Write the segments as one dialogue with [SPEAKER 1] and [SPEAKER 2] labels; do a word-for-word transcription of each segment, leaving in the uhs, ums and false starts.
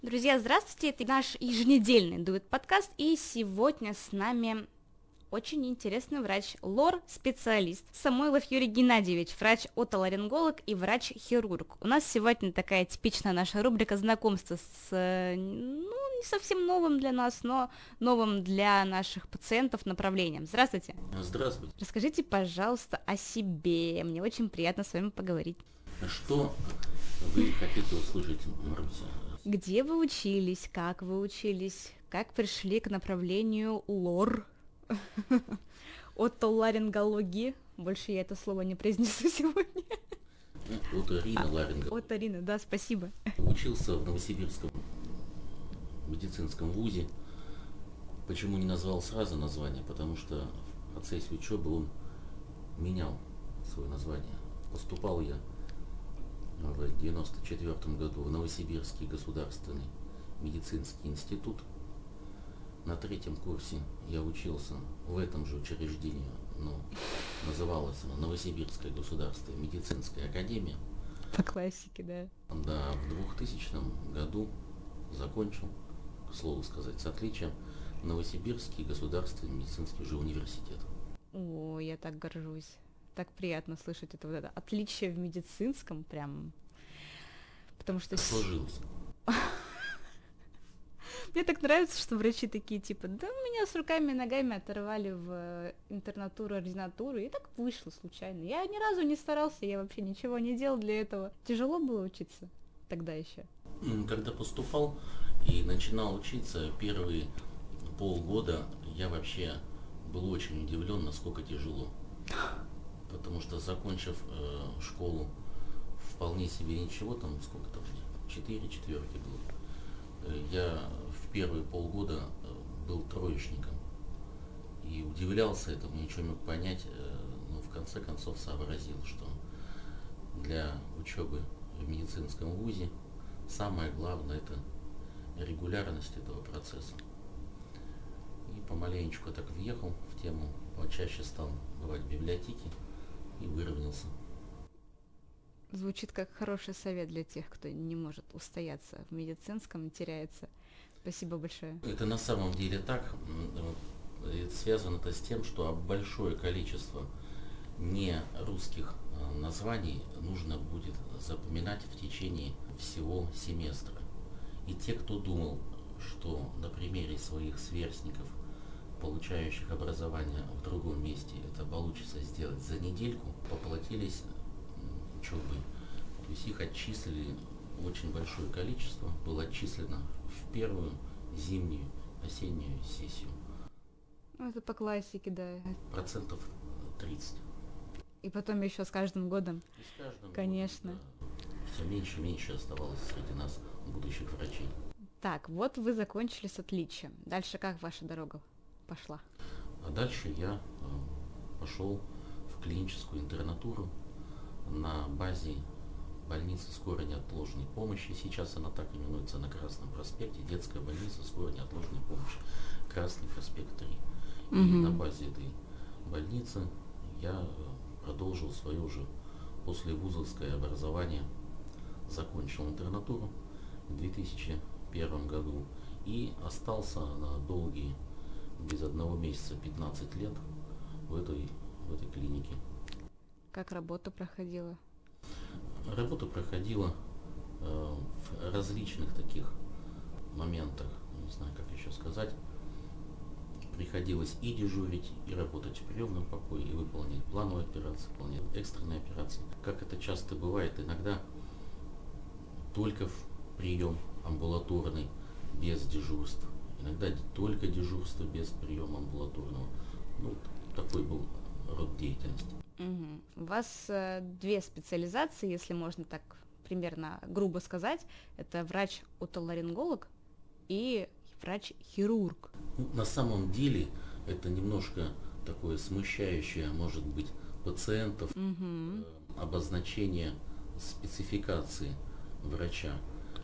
[SPEAKER 1] Друзья, здравствуйте, это наш еженедельный дуэт-подкаст, и сегодня с нами очень интересный врач, лор-специалист Самойлов Юрий Геннадьевич, врач-отоларинголог и врач-хирург. У нас сегодня такая типичная наша рубрика знакомства с, ну, не совсем новым для нас, но новым для наших пациентов направлением. Здравствуйте.
[SPEAKER 2] Здравствуйте.
[SPEAKER 1] Расскажите, пожалуйста, о себе, мне очень приятно с вами поговорить.
[SPEAKER 2] Что вы хотите услышать, Маруся?
[SPEAKER 1] Где вы учились, как вы учились, как пришли к направлению лор, отоларингологии, больше я это слово не произнесу сегодня.
[SPEAKER 2] Оториноларинголог.
[SPEAKER 1] Оторино, да, спасибо.
[SPEAKER 2] Учился в Новосибирском медицинском вузе. Почему не назвал сразу название? Потому что в процессе учебы он менял свое название. Поступал я в девяносто четвёртом году в Новосибирский государственный медицинский институт. На третьем курсе я учился в этом же учреждении, но называлось оно Новосибирская государственная медицинская академия.
[SPEAKER 1] По классике, да.
[SPEAKER 2] Да, в двухтысячном году закончил, к слову сказать, с отличием, Новосибирский государственный медицинский же университет.
[SPEAKER 1] О, я так горжусь. Так приятно слышать это вот это отличие в медицинском, прям, потому что...
[SPEAKER 2] Сложилось.
[SPEAKER 1] Мне так нравится, что врачи такие, типа, да меня с руками и ногами оторвали в интернатуру, ординатуру, и так вышло случайно. Я ни разу не старался, я вообще ничего не делал для этого. Тяжело было учиться тогда еще?
[SPEAKER 2] Когда поступал и начинал учиться, первые полгода я вообще был очень удивлен, насколько тяжело. Потому что, закончив э, школу вполне себе ничего, там сколько там, четыре четверки было, э, я в первые полгода э, был троечником. И удивлялся этому, ничего не мог понять, э, но в конце концов сообразил, что для учебы в медицинском вузе самое главное это регулярность этого процесса. И помаленечку так въехал в тему, почаще стал бывать в библиотеке и выровнялся.
[SPEAKER 1] Звучит как хороший совет для тех, кто не может устояться в медицинском и теряется. Спасибо большое.
[SPEAKER 2] Это на самом деле так. Это связано это с тем, что большое количество не русских названий нужно будет запоминать в течение всего семестра. И те, кто думал, что на примере своих сверстников, получающих образование в другом месте, это получится сделать за недельку, поплатились учебой. То есть их отчислили очень большое количество, было отчислено в первую зимнюю, осеннюю сессию.
[SPEAKER 1] Ну, это по классике, да.
[SPEAKER 2] Процентов тридцать.
[SPEAKER 1] И потом еще с каждым годом.
[SPEAKER 2] И с каждым
[SPEAKER 1] Конечно.
[SPEAKER 2] годом, да, все меньше и меньше оставалось среди нас будущих врачей.
[SPEAKER 1] Так, вот вы закончили с отличием. Дальше как ваша дорога пошла?
[SPEAKER 2] А дальше я э, пошел в клиническую интернатуру на базе больницы скорой неотложной помощи. Сейчас она так именуется на Красном проспекте. Детская больница скорой неотложной помощи. Красный проспект три. И
[SPEAKER 1] Мгм.
[SPEAKER 2] на базе этой больницы я продолжил свое уже послевузовское образование. Закончил интернатуру в две тысячи первом году и остался на долгие, без одного месяца, пятнадцать лет в этой, в этой клинике.
[SPEAKER 1] Как работа проходила?
[SPEAKER 2] Работа проходила э, в различных таких моментах, не знаю, как еще сказать. Приходилось и дежурить, и работать в приемном покое, и выполнять плановые операции, выполнять экстренные операции. Как это часто бывает, иногда только в прием амбулаторный, без дежурств. Иногда только дежурство без приема амбулаторного. Ну, такой был род деятельности.
[SPEAKER 1] Угу. У вас э, две специализации, если можно так примерно грубо сказать. Это врач-отоларинголог и врач-хирург.
[SPEAKER 2] Ну, на самом деле это немножко такое смущающее, может быть, пациентов
[SPEAKER 1] Угу.
[SPEAKER 2] э, обозначение спецификации врача.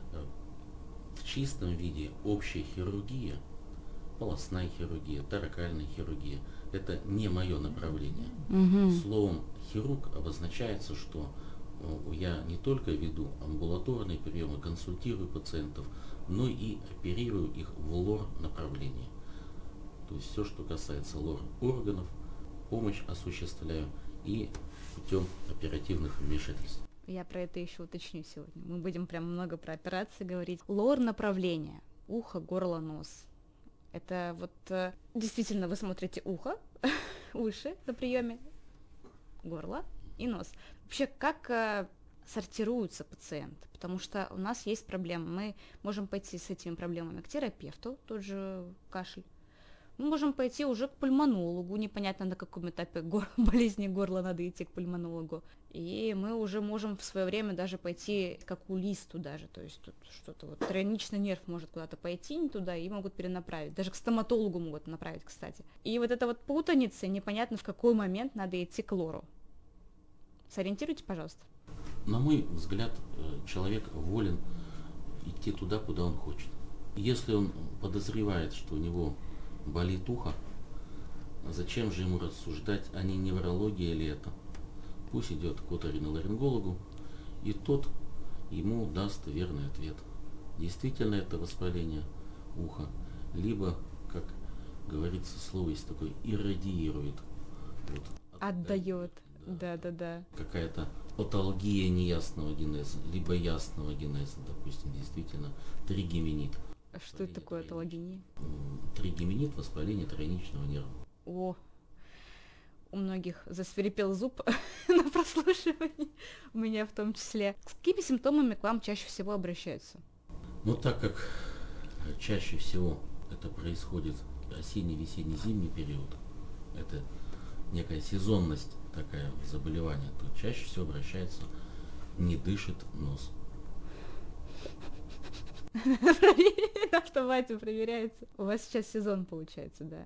[SPEAKER 2] В чистом виде общая хирургия, полостная хирургия, торакальная хирургия – это не мое направление.
[SPEAKER 1] Угу.
[SPEAKER 2] Словом хирург обозначается, что э, я не только веду амбулаторные приемы, консультирую пациентов, но и оперирую их в лор направлении. То есть все, что касается лор органов, помощь осуществляю и путем оперативных вмешательств.
[SPEAKER 1] Я про это еще уточню сегодня. Мы будем прям много про операции говорить. Лор направления. Ухо, горло, нос. Это вот э, действительно вы смотрите ухо, уши на приеме, горло и нос. Вообще, как э, сортируются пациенты? Потому что у нас есть проблемы. Мы можем пойти с этими проблемами к терапевту, тот же кашель. Мы можем пойти уже к пульмонологу, непонятно на каком этапе гор- болезни горла надо идти к пульмонологу. И мы уже можем в свое время даже пойти к окулисту даже, то есть тут что-то вот тройничный нерв может куда-то пойти не туда и могут перенаправить, даже к стоматологу могут направить, кстати. И вот эта вот путаница, непонятно в какой момент надо идти к лору. Сориентируйте, пожалуйста.
[SPEAKER 2] На мой взгляд, человек волен идти туда, куда он хочет. Если он подозревает, что у него болит ухо, зачем же ему рассуждать, а не неврология ли это? Пусть идет к оториноларингологу, и тот ему даст верный ответ. Действительно это воспаление уха, либо, как говорится, слово есть такое, иррадиирует. Вот,
[SPEAKER 1] Отдает. Да-да-да.
[SPEAKER 2] Какая-то патология неясного генеза, либо ясного генеза, допустим, действительно тригеминит.
[SPEAKER 1] А что это такое атологения?
[SPEAKER 2] Тригеминит, воспаление тройничного нерва.
[SPEAKER 1] О, у многих засвирепел зуб на прослушивании, у меня в том числе. С какими симптомами к вам чаще всего обращаются?
[SPEAKER 2] Ну, так как чаще всего это происходит осенний, весенний, зимний период, это некая сезонность такая заболевания, то чаще всего обращается не дышит нос.
[SPEAKER 1] На автомате проверяется. У вас сейчас сезон получается, да?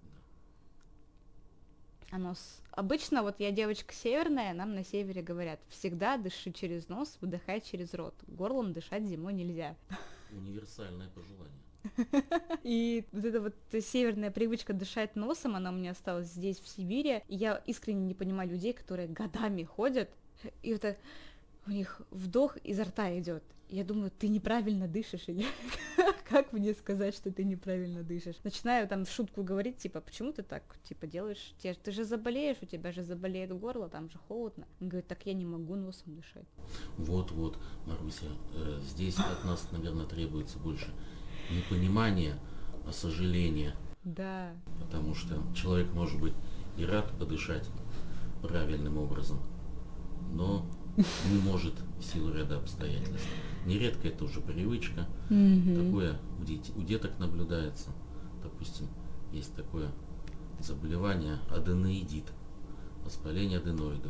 [SPEAKER 1] А нос? Обычно, вот я девочка северная, нам на севере говорят, всегда дыши через нос, выдыхай через рот. Горлом дышать зимой нельзя.
[SPEAKER 2] Универсальное пожелание.
[SPEAKER 1] И вот эта вот северная привычка дышать носом, она у меня осталась здесь, в Сибири. И я искренне не понимаю людей, которые годами ходят, и это у них вдох изо рта идет. Я думаю, ты неправильно дышишь, или как мне сказать, что ты неправильно дышишь? Начинаю там в шутку говорить, типа, почему ты так, типа, делаешь? Ты же заболеешь, у тебя же заболеет горло, там же холодно. Он говорит, так я не могу носом дышать.
[SPEAKER 2] Вот-вот, Маруся, э, здесь от нас, наверное, требуется больше не понимания, а сожаления.
[SPEAKER 1] Да.
[SPEAKER 2] Потому что человек может быть и рад подышать правильным образом, но не может в силу ряда обстоятельств. Нередко это уже привычка. Mm-hmm. Такое у, дет- у деток наблюдается. Допустим, есть такое заболевание аденоидит, воспаление аденоидов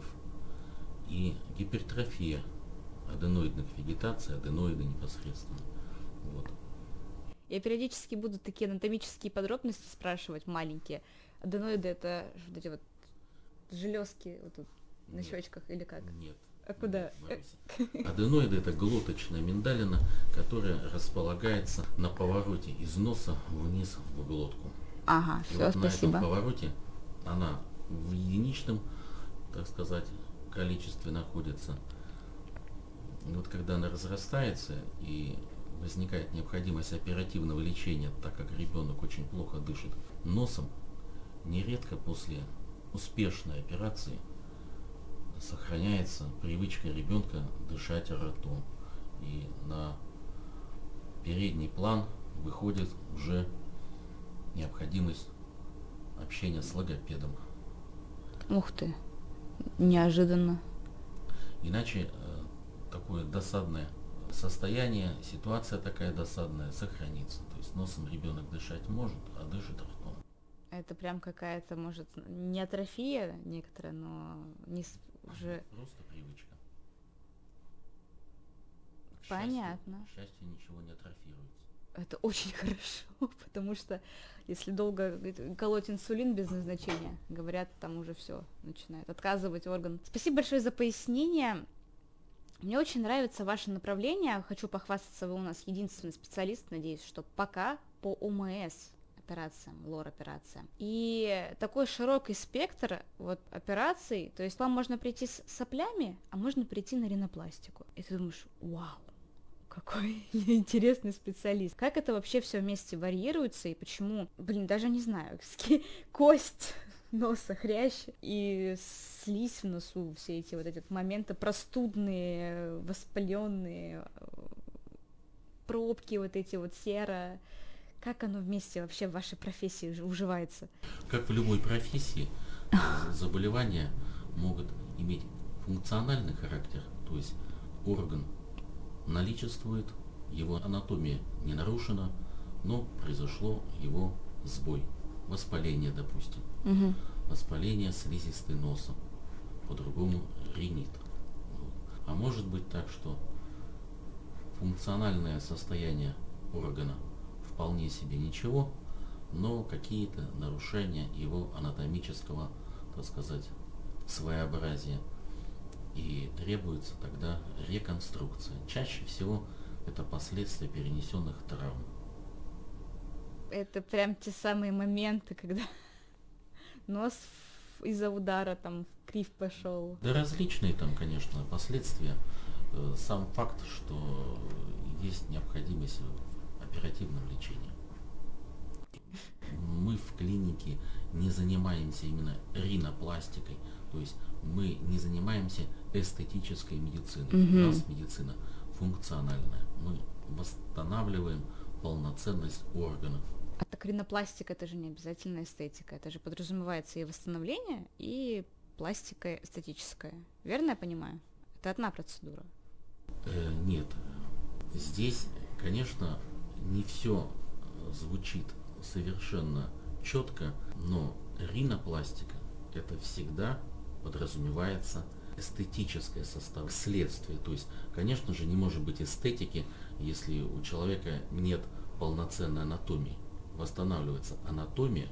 [SPEAKER 2] и гипертрофия аденоидных вегетаций, аденоиды непосредственно. Вот.
[SPEAKER 1] Я периодически буду такие анатомические подробности спрашивать, маленькие. Аденоиды это вот эти вот железки вот тут на щечках или как?
[SPEAKER 2] Нет.
[SPEAKER 1] А куда?
[SPEAKER 2] Нет, аденоиды это глоточная миндалина, которая располагается на повороте из носа вниз в глотку.
[SPEAKER 1] Ага,
[SPEAKER 2] и
[SPEAKER 1] все,
[SPEAKER 2] вот
[SPEAKER 1] спасибо.
[SPEAKER 2] На этом повороте она в единичном, так сказать, количестве находится. И вот когда она разрастается и возникает необходимость оперативного лечения, так как ребенок очень плохо дышит носом, нередко после успешной операции сохраняется привычка ребенка дышать ртом. И на передний план выходит уже необходимость общения с логопедом.
[SPEAKER 1] Ух ты, неожиданно.
[SPEAKER 2] Иначе э, такое досадное состояние, ситуация такая досадная сохранится. То есть носом ребенок дышать может, а дышит ртом.
[SPEAKER 1] Это прям какая-то, может, не атрофия некоторая, но не с... уже...
[SPEAKER 2] Просто привычка. К
[SPEAKER 1] Понятно.
[SPEAKER 2] Счастью, к счастью, ничего не атрофируется.
[SPEAKER 1] Это очень хорошо, потому что если долго колоть инсулин без назначения, говорят, там уже все начинает отказывать орган. Спасибо большое за пояснение. Мне очень нравится ваше направление. Хочу похвастаться, вы у нас единственный специалист, надеюсь, что пока по ОМС, операциям, лор-операциям. И такой широкий спектр вот операций, то есть вам можно прийти с соплями, а можно прийти на ринопластику. И ты думаешь, вау, какой интересный специалист. Как это вообще все вместе варьируется и почему, блин, даже не знаю, кость носа, хрящ и слизь в носу, все эти вот эти моменты простудные, воспаленные, пробки вот эти вот, сера. Как оно вместе вообще в вашей профессии уживается?
[SPEAKER 2] Как в любой профессии, заболевания могут иметь функциональный характер, то есть орган наличествует, его анатомия не нарушена, но произошло его сбой. Воспаление, допустим.
[SPEAKER 1] Угу.
[SPEAKER 2] Воспаление слизистой носа, по-другому ринит. Вот. А может быть так, что функциональное состояние органа вполне себе ничего, но какие-то нарушения его анатомического, так сказать, своеобразия. И требуется тогда реконструкция. Чаще всего это последствия перенесенных травм.
[SPEAKER 1] Это прям те самые моменты, когда нос из-за удара там крив пошел.
[SPEAKER 2] Да различные там, конечно, последствия. Сам факт, что есть необходимость в оперативном лечении. Мы в клинике не занимаемся именно ринопластикой, то есть мы не занимаемся эстетической медициной.
[SPEAKER 1] Mm-hmm.
[SPEAKER 2] У нас медицина функциональная. Мы восстанавливаем полноценность органов.
[SPEAKER 1] А так ринопластика — это же не обязательно эстетика, это же подразумевается и восстановление, и пластика эстетическая. Верно я понимаю? Это одна процедура.
[SPEAKER 2] Э, нет. Здесь, конечно, не все звучит совершенно четко, но ринопластика — это всегда подразумевается эстетическое состав, следствие. То есть, конечно же, не может быть эстетики, если у человека нет полноценной анатомии. Восстанавливается анатомия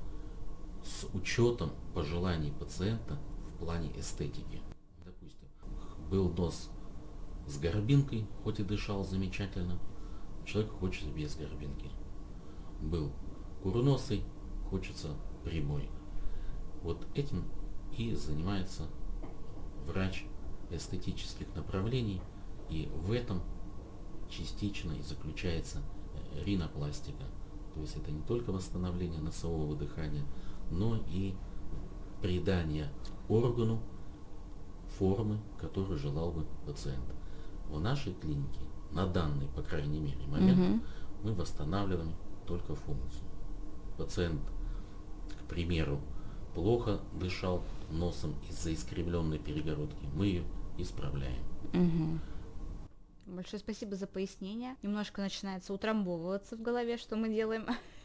[SPEAKER 2] с учетом пожеланий пациента в плане эстетики. Допустим, был нос с горбинкой, хоть и дышал замечательно, человек хочет без горбинки. Был курносый, хочется прямой. Вот этим и занимается врач эстетических направлений, и в этом частично и заключается ринопластика. То есть это не только восстановление носового дыхания, но и придание органу формы, которую желал бы пациент. В нашей клинике на данный, по крайней мере, момент
[SPEAKER 1] Mm-hmm.
[SPEAKER 2] мы восстанавливаем только функцию. Пациент, к примеру, плохо дышал носом из-за искривленной перегородки, мы ее исправляем.
[SPEAKER 1] Mm-hmm. Большое спасибо за пояснение. Немножко начинается утрамбовываться в голове, что мы делаем.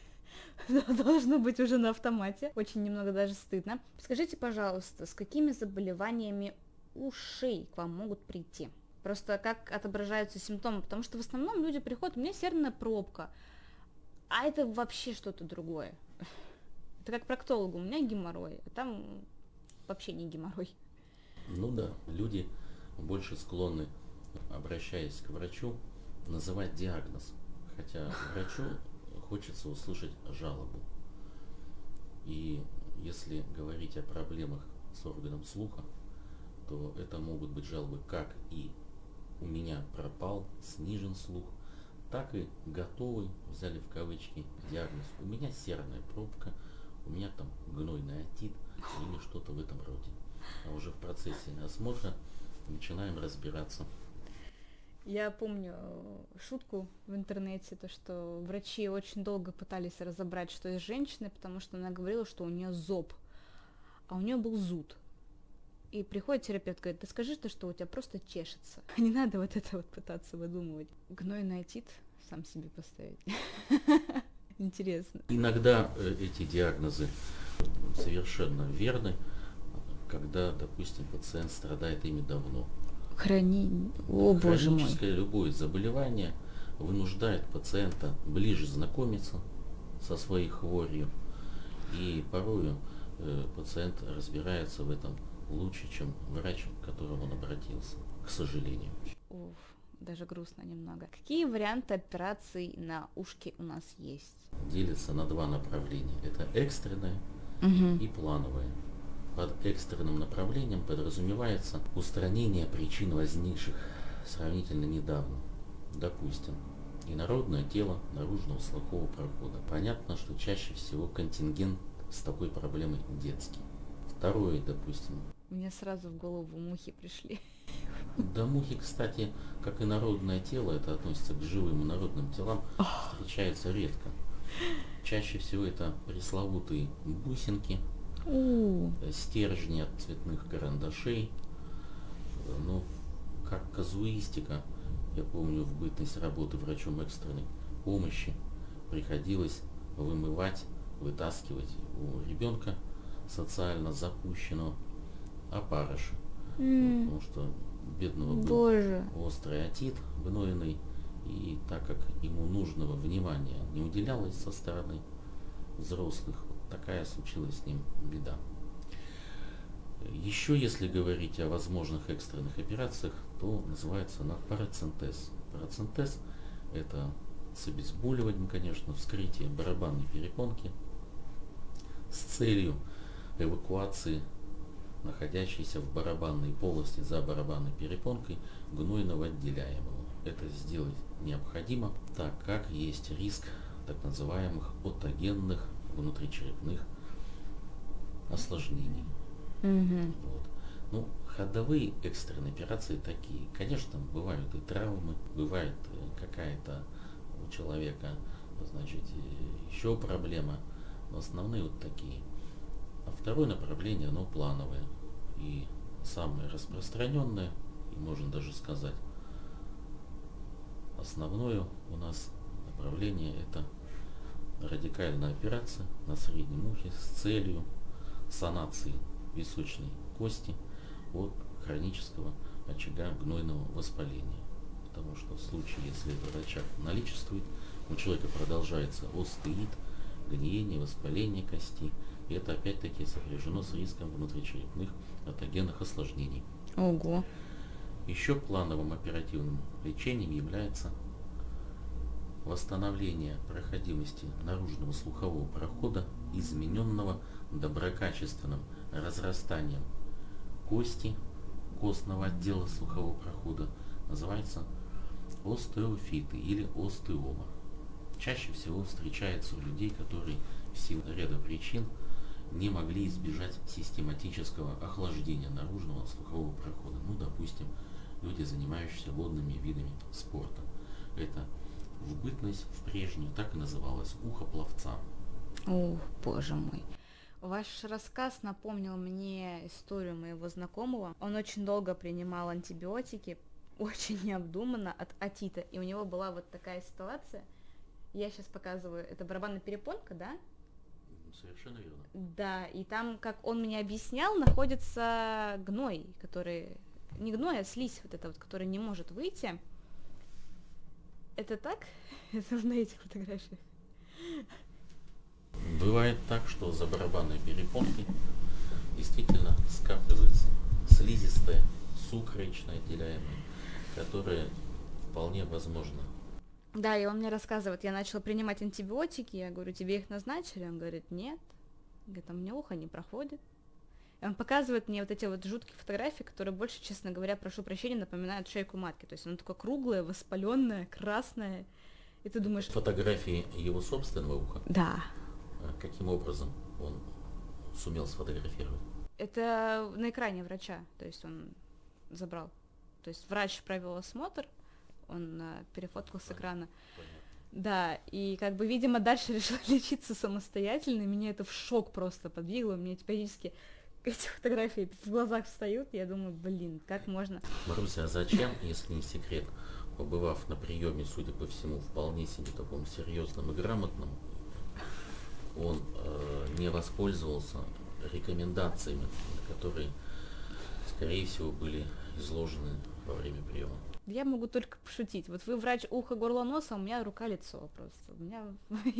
[SPEAKER 1] Должно быть уже на автомате. Очень немного даже стыдно. Скажите, пожалуйста, с какими заболеваниями ушей к вам могут прийти? Просто как отображаются симптомы? Потому что в основном люди приходят, у меня серная пробка, а это вообще что-то другое. Это как проктологу, у меня геморрой, а там вообще не геморрой.
[SPEAKER 2] Ну да, люди больше склонны, обращаясь к врачу, называть диагноз. Хотя врачу хочется услышать жалобу. И если говорить о проблемах с органом слуха, то это могут быть жалобы как и у меня пропал, снижен слух, так и готовый, взяли в кавычки, диагноз. У меня серная пробка, у меня там гнойный отит или что-то в этом роде. А уже в процессе осмотра начинаем разбираться.
[SPEAKER 1] Я помню шутку в интернете, то что врачи очень долго пытались разобрать, что из женщины, потому что она говорила, что у нее зоб, а у нее был зуд. И приходит терапевт, говорит, да скажи ты, что у тебя просто чешется. Не надо вот это вот пытаться выдумывать. Гнойный отит сам себе поставить. Интересно.
[SPEAKER 2] Иногда эти диагнозы совершенно верны, когда, допустим, пациент страдает ими давно.
[SPEAKER 1] Храни... О, боже мой.
[SPEAKER 2] Хроническое любое заболевание вынуждает пациента ближе знакомиться со своей хворью, и порою э, пациент разбирается в этом лучше, чем врач, к которому он обратился, к сожалению.
[SPEAKER 1] Уф. даже грустно немного. Какие варианты операций на ушке у нас есть?
[SPEAKER 2] Делится на два направления. Это экстренное
[SPEAKER 1] Угу.
[SPEAKER 2] и плановое. Под экстренным направлением подразумевается устранение причин, возникших сравнительно недавно. Допустим, инородное тело наружного слухового прохода. Понятно, что чаще всего контингент с такой проблемой детский. Второе, допустим.
[SPEAKER 1] Мне сразу в голову мухи пришли.
[SPEAKER 2] Да, мухи, кстати, как инородное тело, это относится к живым инородным телам, встречается редко. Чаще всего это пресловутые бусинки,
[SPEAKER 1] У.
[SPEAKER 2] стержни от цветных карандашей. Ну, как казуистика, я помню, в бытность работы врачом экстренной помощи приходилось вымывать, вытаскивать у ребенка социально запущенного опарыша.
[SPEAKER 1] М.
[SPEAKER 2] Потому что бедного был
[SPEAKER 1] Боже.
[SPEAKER 2] острый отит гнойный, и так как ему нужного внимания не уделялось со стороны взрослых, вот такая случилась с ним беда. Еще если говорить о возможных экстренных операциях, то называется она парацентез. Парацентез – это с обезболиванием, конечно, вскрытие барабанной перепонки с целью эвакуации находящейся в барабанной полости за барабанной перепонкой гнойного отделяемого. Это сделать необходимо, так как есть риск так называемых отогенных внутричерепных осложнений.
[SPEAKER 1] Угу.
[SPEAKER 2] Вот. Ну, ходовые экстренные операции такие. Конечно, бывают и травмы, бывает какая-то у человека, значит, еще проблема, но основные вот такие. А второе направление, оно плановое. И самое распространенное, и можно даже сказать, основное у нас направление – это радикальная операция на среднем ухе с целью санации височной кости от хронического очага гнойного воспаления. Потому что в случае, если этот очаг наличествует, у человека продолжается остеит, гниение, воспаление кости. И это опять-таки сопряжено с риском внутричерепных отогенных осложнений.
[SPEAKER 1] Ого.
[SPEAKER 2] Еще плановым оперативным лечением является восстановление проходимости наружного слухового прохода, измененного доброкачественным разрастанием кости костного отдела слухового прохода, называется остеофиты или остеома. Чаще всего встречается у людей, которые в силу ряда причин не могли избежать систематического охлаждения наружного слухового прохода. Ну, допустим, люди, занимающиеся водными видами спорта. Это в бытность, в прежнюю, так и называлось ухо пловца.
[SPEAKER 1] О, боже мой. Ваш рассказ напомнил мне историю моего знакомого. Он очень долго принимал антибиотики, очень необдуманно от отита. И у него была вот такая ситуация. Я сейчас показываю, это барабанная перепонка, да?
[SPEAKER 2] Совершенно верно.
[SPEAKER 1] Да, и там, как он мне объяснял, находится гной, который... Не гной, а слизь вот эта вот, которая не может выйти. Это так? Это на этих фотографиях.
[SPEAKER 2] Бывает так, что за барабанной перепонкой действительно скапливается слизистая, сукровичная отделяемая, которая вполне возможна.
[SPEAKER 1] Да, и он мне рассказывает, я начала принимать антибиотики, я говорю, тебе их назначили? Он говорит, нет. Говорит, а мне ухо не проходит. И он показывает мне вот эти вот жуткие фотографии, которые больше, честно говоря, прошу прощения, напоминают шейку матки. То есть оно такое круглое, воспаленное, красное. И ты думаешь...
[SPEAKER 2] Фотографии его собственного уха?
[SPEAKER 1] Да.
[SPEAKER 2] Каким образом он сумел сфотографировать?
[SPEAKER 1] Это на экране врача, то есть он забрал. То есть врач провел осмотр, он а, перефоткал с экрана.
[SPEAKER 2] Понятно.
[SPEAKER 1] Да, и как бы, видимо, дальше решила лечиться самостоятельно, и меня это в шок просто подвигло, у меня периодически эти фотографии в глазах встают, и я думаю, блин, как можно...
[SPEAKER 2] Маруся, а зачем, если не секрет, побывав на приеме, судя по всему, вполне себе таком серьезном и грамотном, он э, не воспользовался рекомендациями, которые, скорее всего, были изложены во время приема?
[SPEAKER 1] Я могу только пошутить. Вот вы врач ухо, горло, носа, а у меня рука-лицо просто. У меня...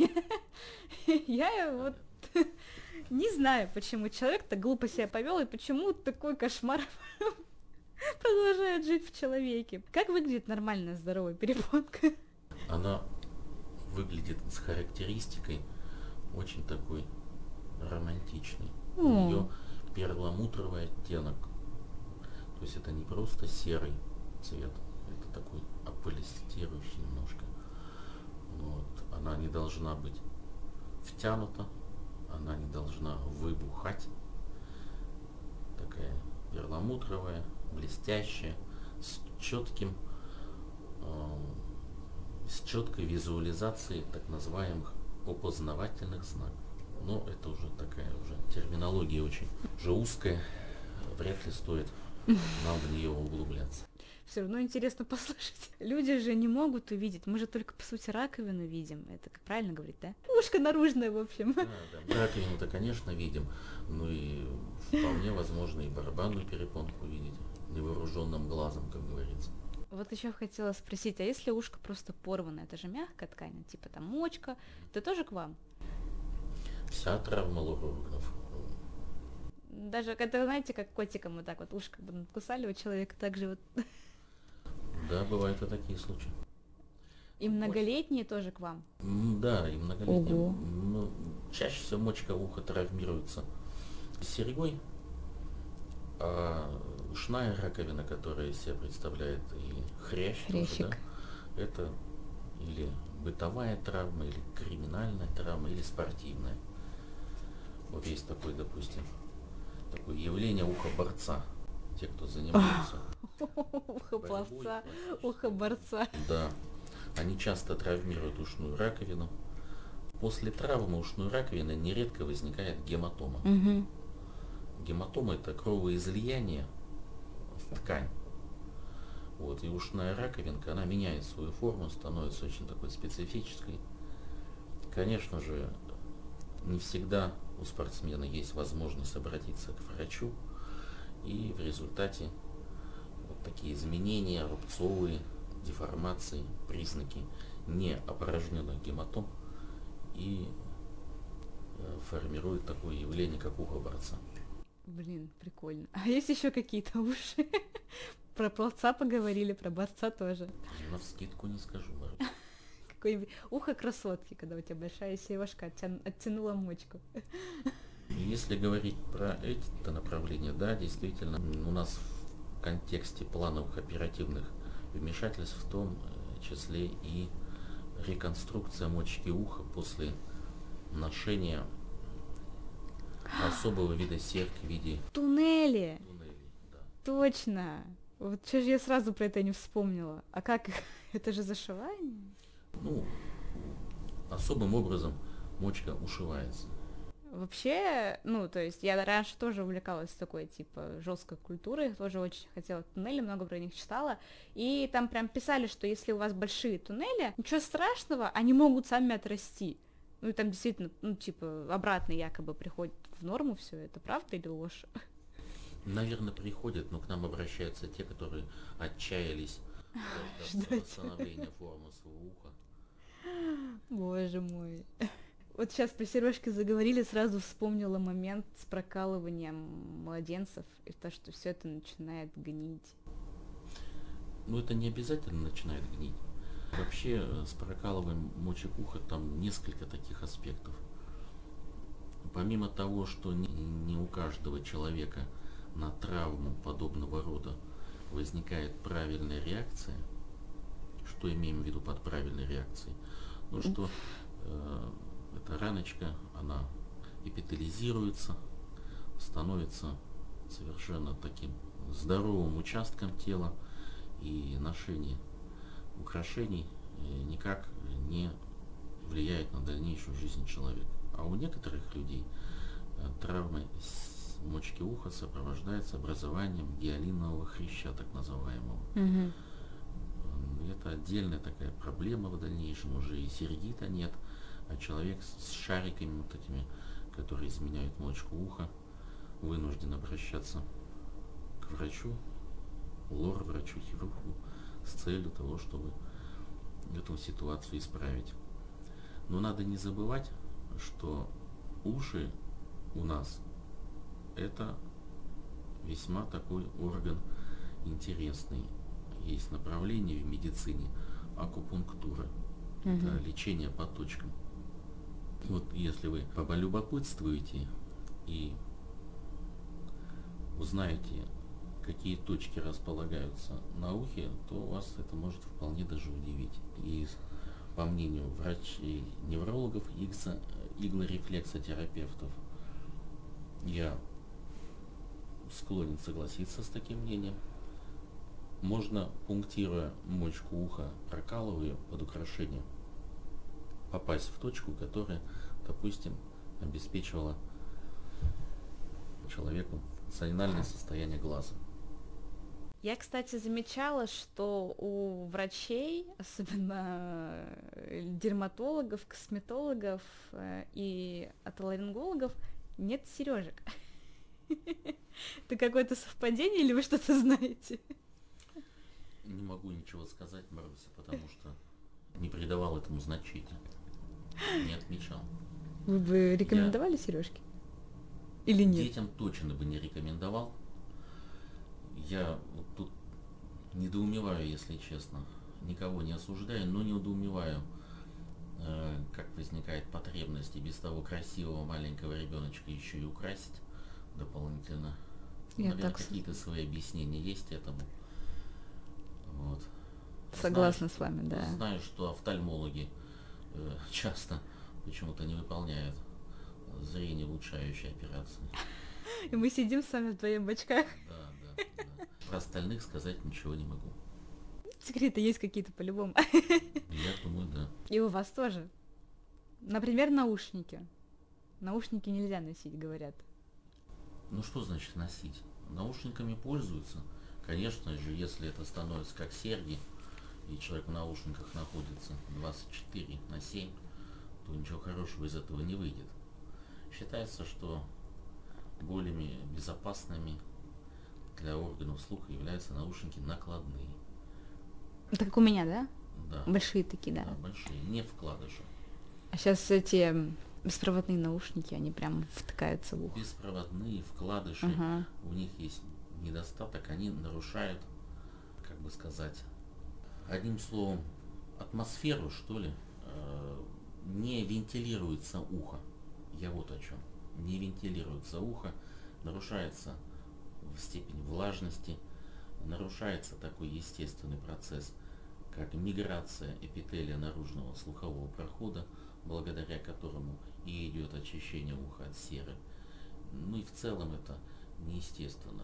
[SPEAKER 1] Я вот не знаю, почему человек так глупо себя повел и почему такой кошмар продолжает жить в человеке. Как выглядит нормальная здоровая перепонка?
[SPEAKER 2] Она выглядит с характеристикой очень такой романтичной.
[SPEAKER 1] О.
[SPEAKER 2] У нее перламутровый оттенок. То есть это не просто серый цвет, это такой аполистирующий немножко. Вот. Она не должна быть втянута, она не должна выбухать. Такая перламутровая, блестящая, с четким, э, с четкой визуализацией так называемых опознавательных знаков. Но это уже такая уже терминология очень уже узкая, вряд ли стоит нам в нее углубляться.
[SPEAKER 1] Все равно интересно послушать. Люди же не могут увидеть, мы же только по сути раковину видим. Это как правильно говорить, да? Ушко наружное, в общем.
[SPEAKER 2] Да, да. Раковину-то, конечно, видим, ну и вполне возможно и барабанную перепонку видеть невооруженным глазом, как говорится.
[SPEAKER 1] Вот еще хотела спросить, а если ушко просто порвано, это же мягкая ткань, типа там мочка, это тоже к вам?
[SPEAKER 2] Вся травма лор-органов.
[SPEAKER 1] Даже это, знаете, как котиком вот так вот ушко откусали у человека, так же вот.
[SPEAKER 2] Да, бывают и такие случаи.
[SPEAKER 1] И многолетние тоже к вам?
[SPEAKER 2] М, Да, и многолетние.
[SPEAKER 1] Ого.
[SPEAKER 2] Ну, чаще всего мочка уха травмируется серьгой, а ушная раковина, которая из себя представляет и хрящ, тоже,
[SPEAKER 1] Хрящик.
[SPEAKER 2] да, это или бытовая травма, или криминальная травма, или спортивная. Вот есть такой, допустим, такое явление уха борца. Те, кто занимаются
[SPEAKER 1] Ухо
[SPEAKER 2] борьбой
[SPEAKER 1] пловца,
[SPEAKER 2] классической.
[SPEAKER 1] ухо борца.
[SPEAKER 2] Да, они часто травмируют ушную раковину. После травмы ушной раковины нередко возникает гематома.
[SPEAKER 1] Угу.
[SPEAKER 2] Гематома – это кровоизлияние в ткань. Вот, и ушная раковинка, она меняет свою форму, становится очень такой специфической. Конечно же, не всегда у спортсмена есть возможность обратиться к врачу, и в результате вот такие изменения, рубцовые, деформации, признаки неопорожненных гематом и э, формируют такое явление, как ухо борца.
[SPEAKER 1] Блин, прикольно. А есть еще какие-то уши? Про пловца поговорили, про борца тоже.
[SPEAKER 2] Навскидку не скажу, Марк.
[SPEAKER 1] Какое-нибудь ухо красотки, когда у тебя большая севашка оттян- оттянула мочку.
[SPEAKER 2] Если говорить про эти направления, да, действительно, у нас в контексте плановых оперативных вмешательств в том числе и реконструкция мочки уха после ношения особого вида серьги в виде
[SPEAKER 1] Туннели!
[SPEAKER 2] туннелей. Да.
[SPEAKER 1] Точно! Вот что же я сразу про это не вспомнила. А как их? Это же зашивание?
[SPEAKER 2] Ну, особым образом мочка ушивается.
[SPEAKER 1] Вообще, ну, то есть я раньше тоже увлекалась такой, типа, жесткой культурой, тоже очень хотела туннели, много про них читала, и там прям писали, что если у вас большие туннели, ничего страшного, они могут сами отрасти. Ну, и там действительно, ну, типа, обратно якобы приходит в норму все это, правда или ложь?
[SPEAKER 2] Наверное, приходят, но к нам обращаются те, которые отчаялись дождаться восстановления формы своего уха.
[SPEAKER 1] Боже мой. Вот сейчас при Сережке заговорили, сразу вспомнила момент с прокалыванием младенцев и то, что все это начинает гнить.
[SPEAKER 2] Ну, это не обязательно начинает гнить. Вообще, э, с прокалыванием мочек уха там несколько таких аспектов. Помимо того, что не, не у каждого человека на травму подобного рода возникает правильная реакция, что имеем в виду под правильной реакцией? Ну, что э, эта раночка, она эпителизируется, становится совершенно таким здоровым участком тела, и ношение украшений никак не влияет на дальнейшую жизнь человека. А у некоторых людей травмы мочки уха сопровождается образованием гиалинового хряща, так называемого.
[SPEAKER 1] Угу.
[SPEAKER 2] Это отдельная такая проблема в дальнейшем, уже и серьги-то нет, а человек с шариками вот этими, которые изменяют мочку уха, вынужден обращаться к врачу, лор-врачу, хирургу, с целью того, чтобы эту ситуацию исправить. Но надо не забывать, что уши у нас это весьма такой орган интересный есть направление в медицине — акупунктура.
[SPEAKER 1] Угу.
[SPEAKER 2] Это лечение по точкам. Вот если вы полюбопытствуете и узнаете, какие точки располагаются на ухе, то вас это может вполне даже удивить. И по мнению врачей-неврологов, иглорефлексотерапевтов, я склонен согласиться с таким мнением. Можно, пунктируя мочку уха, прокалывая под украшением, попасть в точку, которая, допустим, обеспечивала человеку функциональное состояние глаза.
[SPEAKER 1] Я, кстати, замечала, что у врачей, особенно дерматологов, косметологов и отоларингологов, нет сережек. Это какое-то совпадение или вы что-то знаете?
[SPEAKER 2] Не могу ничего сказать, Маруся, потому что не придавал этому значения, не отмечал.
[SPEAKER 1] Вы бы рекомендовали Я сережки? Или нет?
[SPEAKER 2] Детям точно бы не рекомендовал. Я вот тут недоумеваю, если честно. Никого не осуждаю, но недоумеваю, э, как возникает потребность и без того красивого маленького ребеночка еще и украсить дополнительно.
[SPEAKER 1] Я
[SPEAKER 2] Наверное,
[SPEAKER 1] так
[SPEAKER 2] какие-то свои объяснения есть этому. Вот.
[SPEAKER 1] Согласна
[SPEAKER 2] знаю,
[SPEAKER 1] с вами, да.
[SPEAKER 2] Знаю, что офтальмологи э, часто почему-то не выполняют зрение улучшающие операции.
[SPEAKER 1] И мы сидим с вами вдвоем в очках.
[SPEAKER 2] Да, да, да. Про остальных сказать ничего не могу.
[SPEAKER 1] Секреты есть какие-то по-любому.
[SPEAKER 2] Я думаю, да.
[SPEAKER 1] И у вас тоже. Например, наушники. Наушники нельзя носить, говорят.
[SPEAKER 2] Ну что значит носить? Наушниками пользуются. Конечно же, если это становится как серьги, и человек в наушниках находится двадцать четыре на семь, то ничего хорошего из этого не выйдет. Считается, что более безопасными для органов слуха являются наушники накладные.
[SPEAKER 1] Это как у меня, да?
[SPEAKER 2] Да.
[SPEAKER 1] Большие такие, да?
[SPEAKER 2] Да, большие, не вкладыши.
[SPEAKER 1] А сейчас эти беспроводные наушники, они прям втыкаются в ухо.
[SPEAKER 2] Беспроводные, вкладыши, uh-huh. У них есть недостаток, они нарушают, как бы сказать, одним словом, атмосферу, что ли, э, не вентилируется ухо. Я вот о чем. Не вентилируется ухо, нарушается в степени влажности, нарушается такой естественный процесс, как миграция эпителия наружного слухового прохода, благодаря которому и идет очищение уха от серы. Ну и в целом это неестественно.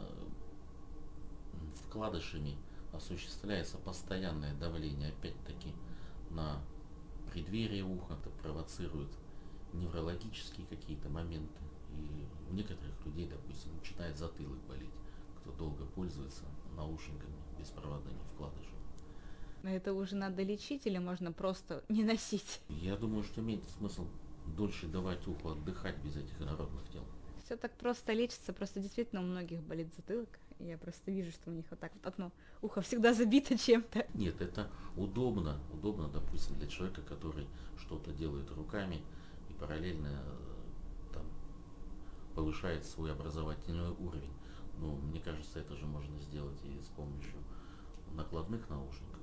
[SPEAKER 2] Вкладышами осуществляется постоянное давление, опять-таки, на преддверие уха. Это провоцирует неврологические какие-то моменты. И у некоторых людей, допустим, начинает затылок болеть, кто долго пользуется наушниками беспроводными вкладышами.
[SPEAKER 1] Но это уже надо лечить или можно просто не носить?
[SPEAKER 2] Я думаю, что имеет смысл дольше давать уху отдыхать без этих инородных дел.
[SPEAKER 1] Все так просто лечится, просто действительно у многих болит затылок. Я просто вижу, что у них вот так вот одно ухо всегда забито чем-то.
[SPEAKER 2] Нет, это удобно, удобно, допустим, для человека, который что-то делает руками и параллельно там повышает свой образовательный уровень. Но мне кажется, это же можно сделать и с помощью накладных наушников.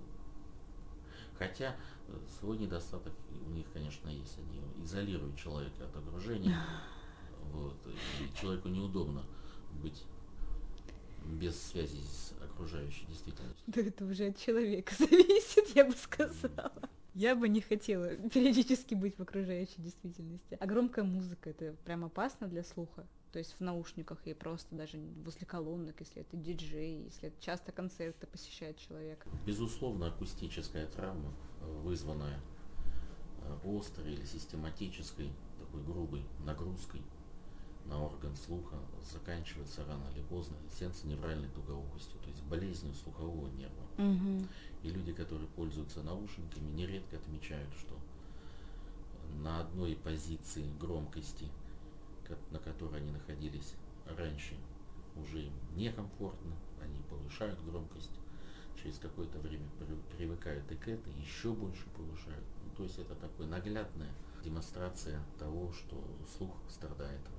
[SPEAKER 2] Хотя свой недостаток у них, конечно, есть. Они изолируют человека от окружения. Вот, и человеку неудобно быть без связи с окружающей действительностью.
[SPEAKER 1] Да это уже от человека зависит, я бы сказала. Я бы не хотела периодически быть в окружающей действительности. А громкая музыка, это прям опасно для слуха? То есть в наушниках и просто даже возле колонок, если это диджей, если это часто концерты посещает человек.
[SPEAKER 2] Безусловно, акустическая травма, вызванная острой или систематической, такой грубой нагрузкой на орган слуха, заканчивается рано или поздно сенсоневральной тугоухостью, то есть болезнью слухового нерва.
[SPEAKER 1] Угу.
[SPEAKER 2] И люди, которые пользуются наушниками, нередко отмечают, что на одной позиции громкости, на которой они находились раньше, уже им некомфортно, они повышают громкость, через какое-то время привыкают и к этой, еще больше повышают. Ну, то есть это такая наглядная демонстрация того, что слух страдает.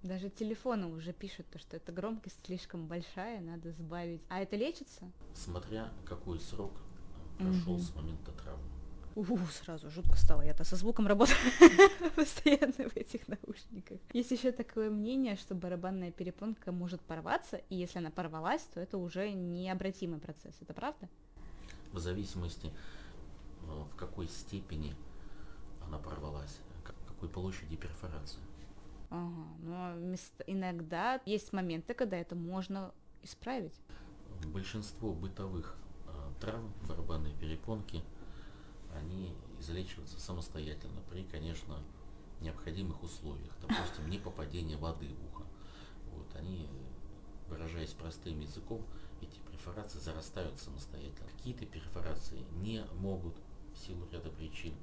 [SPEAKER 1] Даже телефоны уже пишут, то, что эта громкость слишком большая, надо сбавить. А это лечится?
[SPEAKER 2] Смотря какой срок прошел
[SPEAKER 1] Мгм.
[SPEAKER 2] с момента травмы.
[SPEAKER 1] Уху, сразу жутко стало. Я-то со звуком работаю постоянно в этих наушниках. Есть еще такое мнение, что барабанная перепонка может порваться, и если она порвалась, то это уже необратимый процесс. Это правда?
[SPEAKER 2] В зависимости, э, в какой степени она порвалась, к- какой площади перфорации.
[SPEAKER 1] Ага, но мест- иногда есть моменты, когда это можно исправить.
[SPEAKER 2] Большинство бытовых э, травм барабанной перепонки, они излечиваются самостоятельно при, конечно, необходимых условиях. Допустим, не попадение воды в ухо. Вот, они, выражаясь простым языком, эти перфорации зарастают самостоятельно. Какие-то перфорации не могут в силу ряда причин,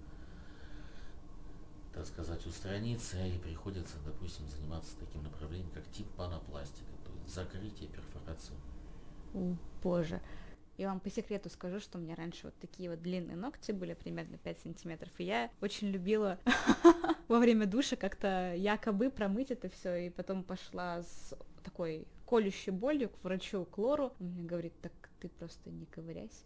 [SPEAKER 2] так сказать, устраниться, и приходится, допустим, заниматься таким направлением, как тимпанопластика, то есть закрытие перфорации.
[SPEAKER 1] О, боже. Я вам по секрету скажу, что у меня раньше вот такие вот длинные ногти были, примерно пять сантиметров, и я очень любила во время душа как-то якобы промыть это все, и потом пошла с такой колющей болью к врачу, к лору. Он мне говорит: так ты просто не ковыряйся.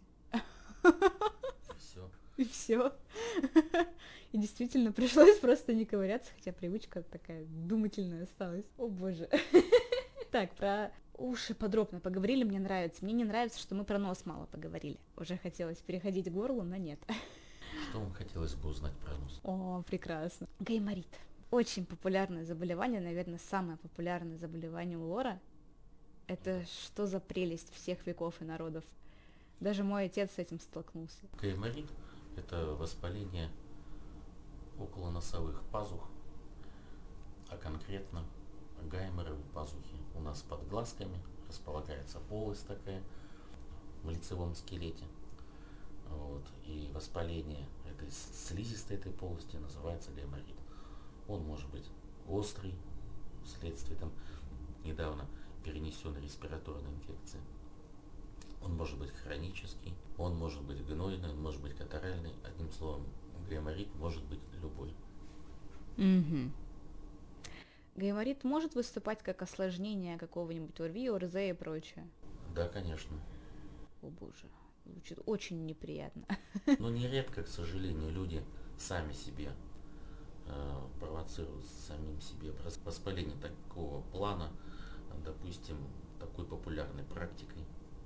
[SPEAKER 2] Все.
[SPEAKER 1] И все. И действительно пришлось просто не ковыряться, хотя привычка такая думательная осталась. О боже. Так, про уши подробно поговорили, мне нравится. Мне не нравится, что мы про нос мало поговорили. Уже хотелось переходить к горлу, но нет.
[SPEAKER 2] Что вам хотелось бы узнать про нос?
[SPEAKER 1] О, прекрасно. Гайморит. Очень популярное заболевание, наверное, самое популярное заболевание у лора. Это что за прелесть всех веков и народов? Даже мой отец с этим столкнулся.
[SPEAKER 2] Гайморит – это воспаление околоносовых пазух, а конкретно гайморовой пазухи. У нас под глазками располагается полость такая в лицевом скелете. Вот. И воспаление этой слизистой этой полости называется гайморит. Он может быть острый, вследствие там недавно перенесенной респираторной инфекции. Он может быть хронический, он может быть гнойный, он может быть катаральный. Одним словом, гайморит может быть любой.
[SPEAKER 1] Угу. Гайморит может выступать как осложнение какого-нибудь ОРВИ, ОРЗ и прочее?
[SPEAKER 2] Да, конечно.
[SPEAKER 1] О боже, звучит очень неприятно.
[SPEAKER 2] Но нередко, к сожалению, люди сами себе э, провоцируют самим себе воспаление такого плана, допустим, такой популярной практикой,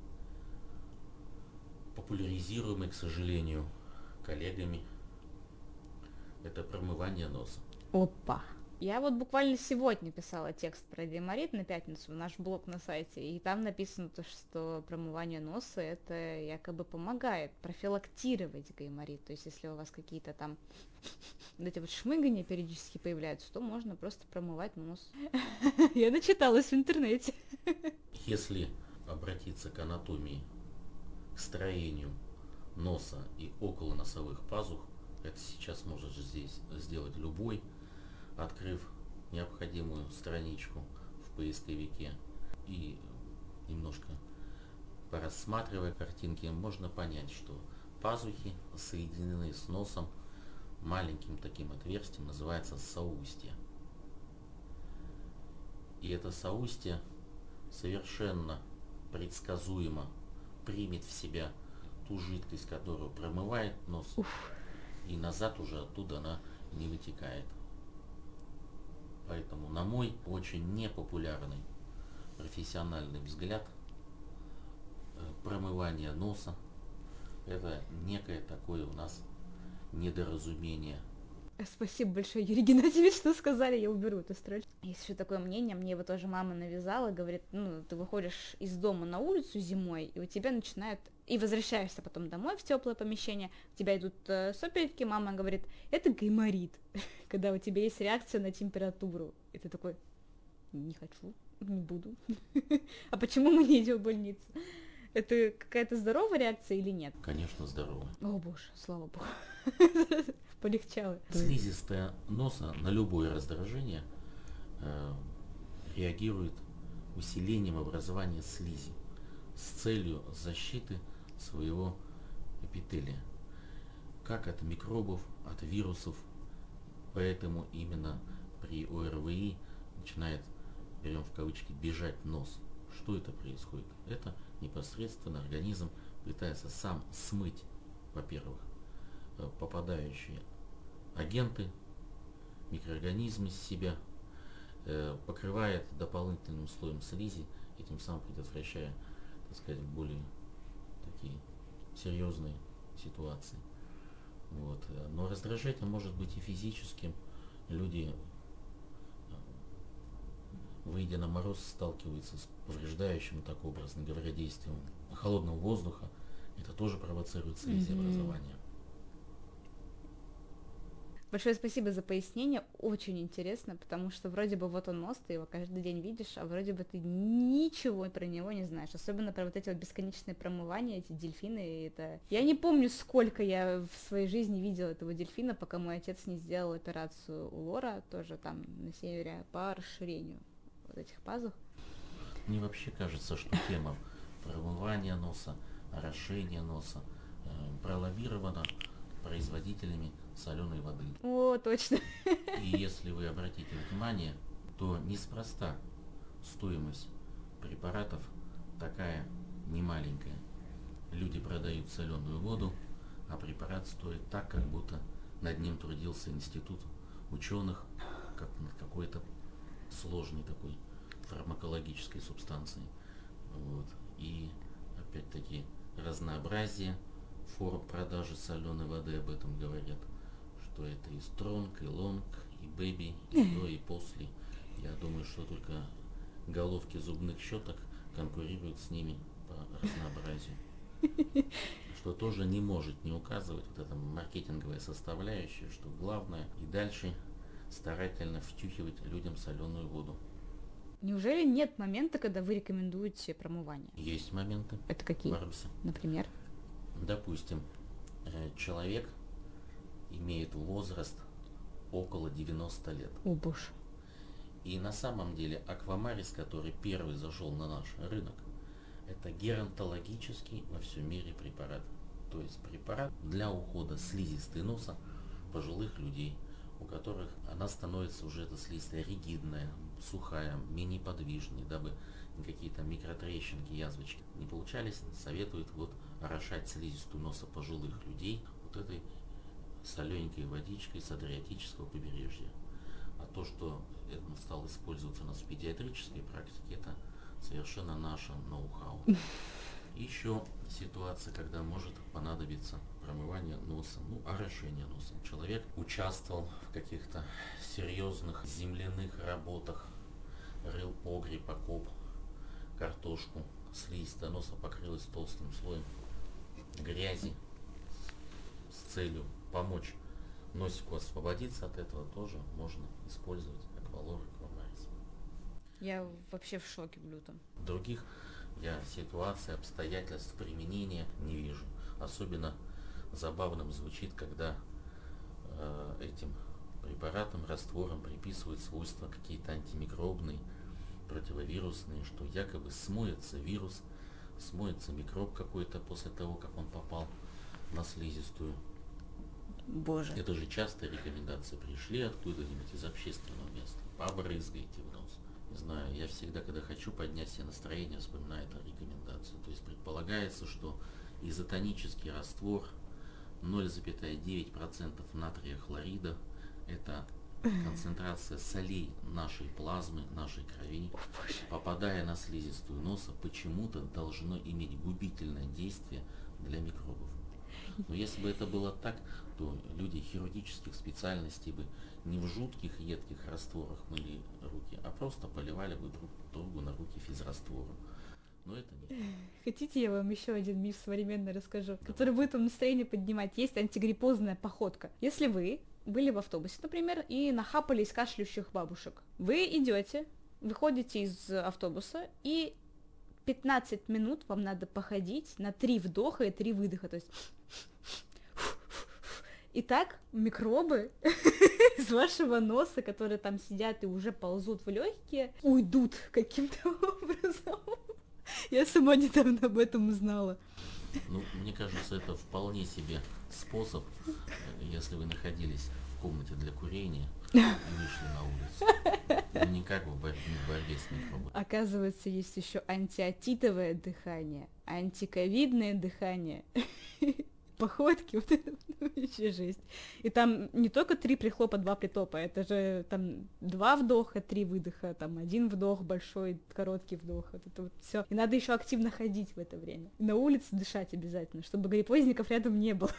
[SPEAKER 2] популяризируемой, к сожалению, коллегами, это промывание носа.
[SPEAKER 1] Опа. Я вот буквально сегодня писала текст про гайморит на пятницу в наш блог на сайте, и там написано то, что промывание носа это якобы помогает профилактировать гайморит. То есть если у вас какие-то там вот эти вот шмыгания периодически появляются, то можно просто промывать нос. Я начиталась в интернете.
[SPEAKER 2] Если обратиться к анатомии, к строению носа и околоносовых пазух, это сейчас может здесь сделать любой, открыв необходимую страничку в поисковике и немножко порассматривая картинки, можно понять, что пазухи соединены с носом маленьким таким отверстием, называется соустье. И это соустье совершенно предсказуемо примет в себя ту жидкость, которую промывает нос,
[SPEAKER 1] Уф.
[SPEAKER 2] и назад уже оттуда она не вытекает. Поэтому, на мой очень непопулярный профессиональный взгляд, промывание носа – это некое такое у нас недоразумение.
[SPEAKER 1] Спасибо большое, Юрий Геннадьевич, что сказали, я уберу эту строчку. Есть еще такое мнение, мне его тоже мама навязала, говорит, ну, ты выходишь из дома на улицу зимой, и у тебя начинают, и возвращаешься потом домой в теплое помещение, у тебя идут э, сопельки, мама говорит, это гайморит, когда у тебя есть реакция на температуру, и ты такой, не хочу, не буду. А почему мы не идем в больницу? Это какая-то здоровая реакция или нет?
[SPEAKER 2] Конечно, здоровая.
[SPEAKER 1] О боже, слава богу. Полегчало.
[SPEAKER 2] Слизистая носа на любое раздражение э, реагирует усилением образования слизи с целью защиты своего эпителия, как от микробов, от вирусов. Поэтому именно при ОРВИ начинает берем в кавычки, бежать нос. Что это происходит? Это непосредственно организм пытается сам смыть, во-первых, попадающие агенты, микроорганизмы с себя, покрывает дополнительным слоем слизи, и тем самым предотвращая, так сказать, более такие серьезные ситуации. Вот. Но раздражение может быть и физическим. Люди, выйдя на мороз, сталкиваются с повреждающим, так образно говоря, действием холодного воздуха. Это тоже провоцирует слизеобразование.
[SPEAKER 1] Большое спасибо за пояснение, очень интересно, потому что вроде бы вот он нос, ты его каждый день видишь, а вроде бы ты ничего про него не знаешь, особенно про вот эти вот бесконечные промывания, эти дельфины, это... Я не помню, сколько я в своей жизни видела этого дельфина, пока мой отец не сделал операцию у Лора, тоже там на севере, по расширению вот этих пазух.
[SPEAKER 2] Мне вообще кажется, что тема промывания носа, орошения носа э, пролоббирована производителями соленой воды.
[SPEAKER 1] О, точно.
[SPEAKER 2] И если вы обратите внимание, то неспроста стоимость препаратов такая немаленькая. Люди продают соленую воду, а препарат стоит так, как будто над ним трудился институт ученых, как над какой-то сложной такой фармакологической субстанцией. Вот. И опять-таки разнообразие форм продажи соленой воды об этом говорят, что это и стронг, и лонг, и бэби, и до, и после. Я думаю, что только головки зубных щеток конкурируют с ними по разнообразию. Что тоже не может не указывать вот эта маркетинговая составляющая, что главное и дальше старательно втюхивать людям соленую воду.
[SPEAKER 1] Неужели нет момента, когда вы рекомендуете промывание?
[SPEAKER 2] Есть моменты.
[SPEAKER 1] Это какие?
[SPEAKER 2] Барбиса.
[SPEAKER 1] Например?
[SPEAKER 2] Допустим, человек имеет возраст около девяноста лет.
[SPEAKER 1] О, боже.
[SPEAKER 2] И на самом деле Аквамарис, который первый зашел на наш рынок, это геронтологический во всем мире препарат. То есть препарат для ухода слизистой носа пожилых людей, у которых она становится уже, эта слизистая, ригидная, сухая, менее подвижной, дабы какие-то микротрещинки, язвочки не получались, советуют вот орошать слизистую носа пожилых людей вот этой солененькой водичкой с Адриатического побережья. А то, что это стало использоваться у нас в педиатрической практике, это совершенно наше ноу-хау. Еще ситуация, когда может понадобиться промывание носа, ну, орошение носа. Человек участвовал в каких-то серьезных земляных работах, рыл погреб, окоп, картошку, слизистая носа покрылась толстым слоем грязи с целью помочь носику освободиться от этого, тоже можно использовать аквалор, аквамарис.
[SPEAKER 1] Я вообще в шоке в лютом.
[SPEAKER 2] Других я ситуаций, обстоятельств применения не вижу. Особенно забавным звучит, когда э, этим препаратам, растворам приписывают свойства какие-то антимикробные, противовирусные, что якобы смоется вирус, смоется микроб какой-то после того, как он попал на слизистую.
[SPEAKER 1] Боже.
[SPEAKER 2] Это же частые рекомендации. Пришли откуда-нибудь из общественного места, побрызгайте в нос. Не знаю, я всегда, когда хочу поднять себе настроение, вспоминаю эту рекомендацию. То есть предполагается, что изотонический раствор ноль целых девять десятых процента натрия хлорида – это концентрация солей нашей плазмы, нашей крови, попадая на слизистую носа, почему-то должно иметь губительное действие для микробов. Но если бы это было так, то люди хирургических специальностей бы не в жутких едких растворах мыли руки, а просто поливали бы друг другу на руки физраствором. Но это не.
[SPEAKER 1] Хотите, я вам еще один миф современный расскажу, который будет вам настроение поднимать? Есть антигриппозная походка. Если вы были в автобусе, например, и нахапались кашляющих бабушек, вы идете, выходите из автобуса, и пятнадцать минут вам надо походить на три вдоха и три выдоха, то есть... Итак, микробы из вашего носа, которые там сидят и уже ползут в легкие, уйдут каким-то образом. Я сама недавно об этом узнала.
[SPEAKER 2] Ну, мне кажется, это вполне себе способ, если вы находились комнате для курения и вышли на улицу. Ну, никак в борьбе, в борьбе с микробами.
[SPEAKER 1] Оказывается, есть еще антиотитовое дыхание, антиковидное дыхание, походки, вот это вообще жесть. И там не только три прихлопа, два притопа, это же там два вдоха, три выдоха, там один вдох, большой, короткий вдох, вот это вот все. И надо еще активно ходить в это время. И на улице дышать обязательно, чтобы гриппозников рядом не было.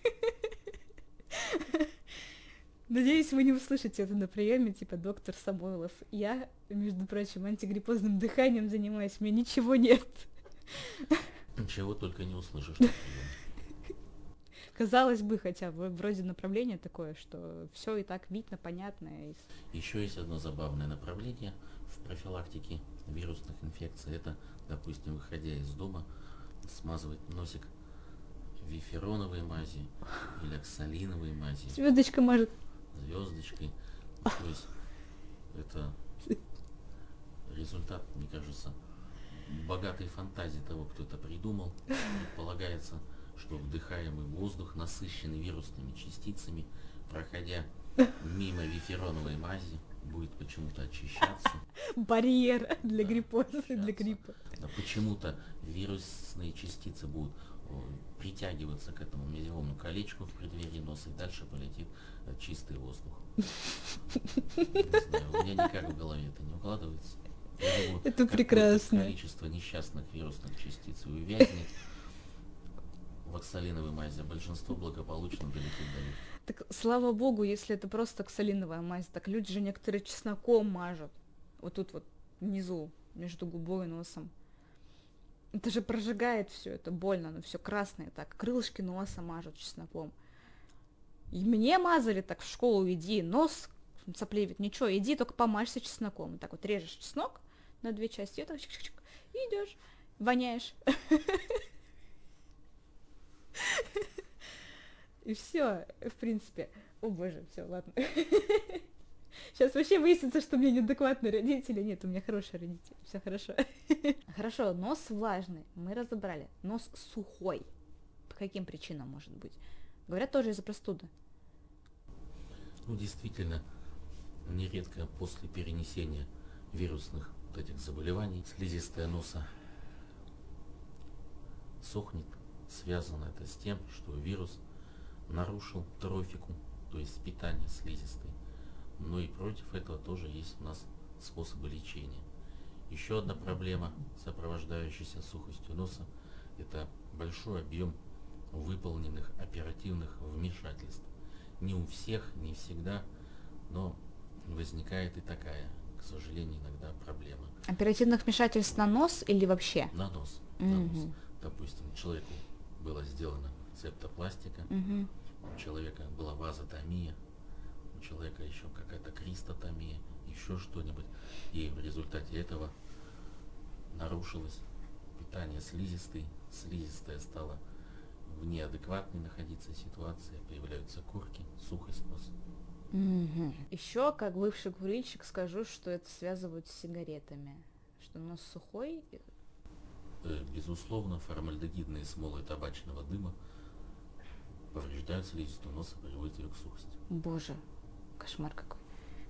[SPEAKER 1] Надеюсь, вы не услышите это на приеме, типа доктор Самойлов. Я, между прочим, антигриппозным дыханием занимаюсь, у меня ничего нет.
[SPEAKER 2] Ничего только не услышишь на приеме.
[SPEAKER 1] Казалось бы, хотя бы вроде направление такое, что все и так видно, понятно. И...
[SPEAKER 2] Еще есть одно забавное направление в профилактике вирусных инфекций. Это, допустим, выходя из дома, смазывать носик вифероновой мази или оксалиновой мази.
[SPEAKER 1] Звездочка может.
[SPEAKER 2] Звездочкой. То есть это результат, мне кажется, богатой фантазии того, кто это придумал. Предполагается, что вдыхаемый воздух, насыщенный вирусными частицами, проходя мимо вифероновой мази, будет почему-то очищаться.
[SPEAKER 1] Барьер для
[SPEAKER 2] Да,
[SPEAKER 1] гриппоза, для гриппа.
[SPEAKER 2] Да, почему-то вирусные частицы будут о, притягиваться к этому мезевому колечку в преддверии носа, и дальше полетит э, чистый воздух. Не знаю, у меня никак в голове это не укладывается. Я думаю,
[SPEAKER 1] Это прекрасно.
[SPEAKER 2] Количество несчастных вирусных частиц увязнет в оксалиновой мази, а большинство благополучно долетит до легких.
[SPEAKER 1] Так, слава богу, если это просто оксалиновая мазь, так люди же некоторые чесноком мажут. Вот тут вот внизу, между губой и носом. Это же прожигает все, это больно, оно все красное, так, крылышки носа мажут чесноком. И мне мазали так в школу, иди, нос соплевит, ничего, иди, только помажься чесноком. Так вот режешь чеснок на две части, и так чик-чик-чик, и идешь, воняешь. И все, в принципе. О боже, все, ладно. Сейчас вообще выяснится, что у меня неадекватные родители. Нет, у меня хорошие родители, все хорошо. Хорошо, нос влажный, мы разобрали. Нос сухой. По каким причинам может быть? Говорят, тоже из-за простуды.
[SPEAKER 2] Ну, действительно, нередко после перенесения вирусных вот этих заболеваний слизистая носа сохнет. Связано это с тем, что вирус нарушил трофику, то есть питание слизистой. Но и против этого тоже есть у нас способы лечения. Еще одна проблема, сопровождающаяся сухостью носа, это большой объем выполненных оперативных вмешательств. Не у всех, не всегда, но возникает и такая, к сожалению, иногда проблема.
[SPEAKER 1] Оперативных вмешательств на нос или вообще?
[SPEAKER 2] На нос.
[SPEAKER 1] Mm-hmm.
[SPEAKER 2] На нос. Допустим, человеку была сделана септопластика,
[SPEAKER 1] Mm-hmm.
[SPEAKER 2] у человека была вазотомия, у человека еще какая-то кристотомия, еще что-нибудь. И в результате этого нарушилось питание слизистой, слизистая стала в неадекватной находиться ситуации, появляются корки, сухость носа.
[SPEAKER 1] Mm-hmm. Еще, как бывший курильщик, скажу, что это связывают с сигаретами. Что нос сухой.
[SPEAKER 2] Безусловно, формальдегидные смолы табачного дыма повреждают слизистую носа, приводят ее к сухости.
[SPEAKER 1] Боже, кошмар какой.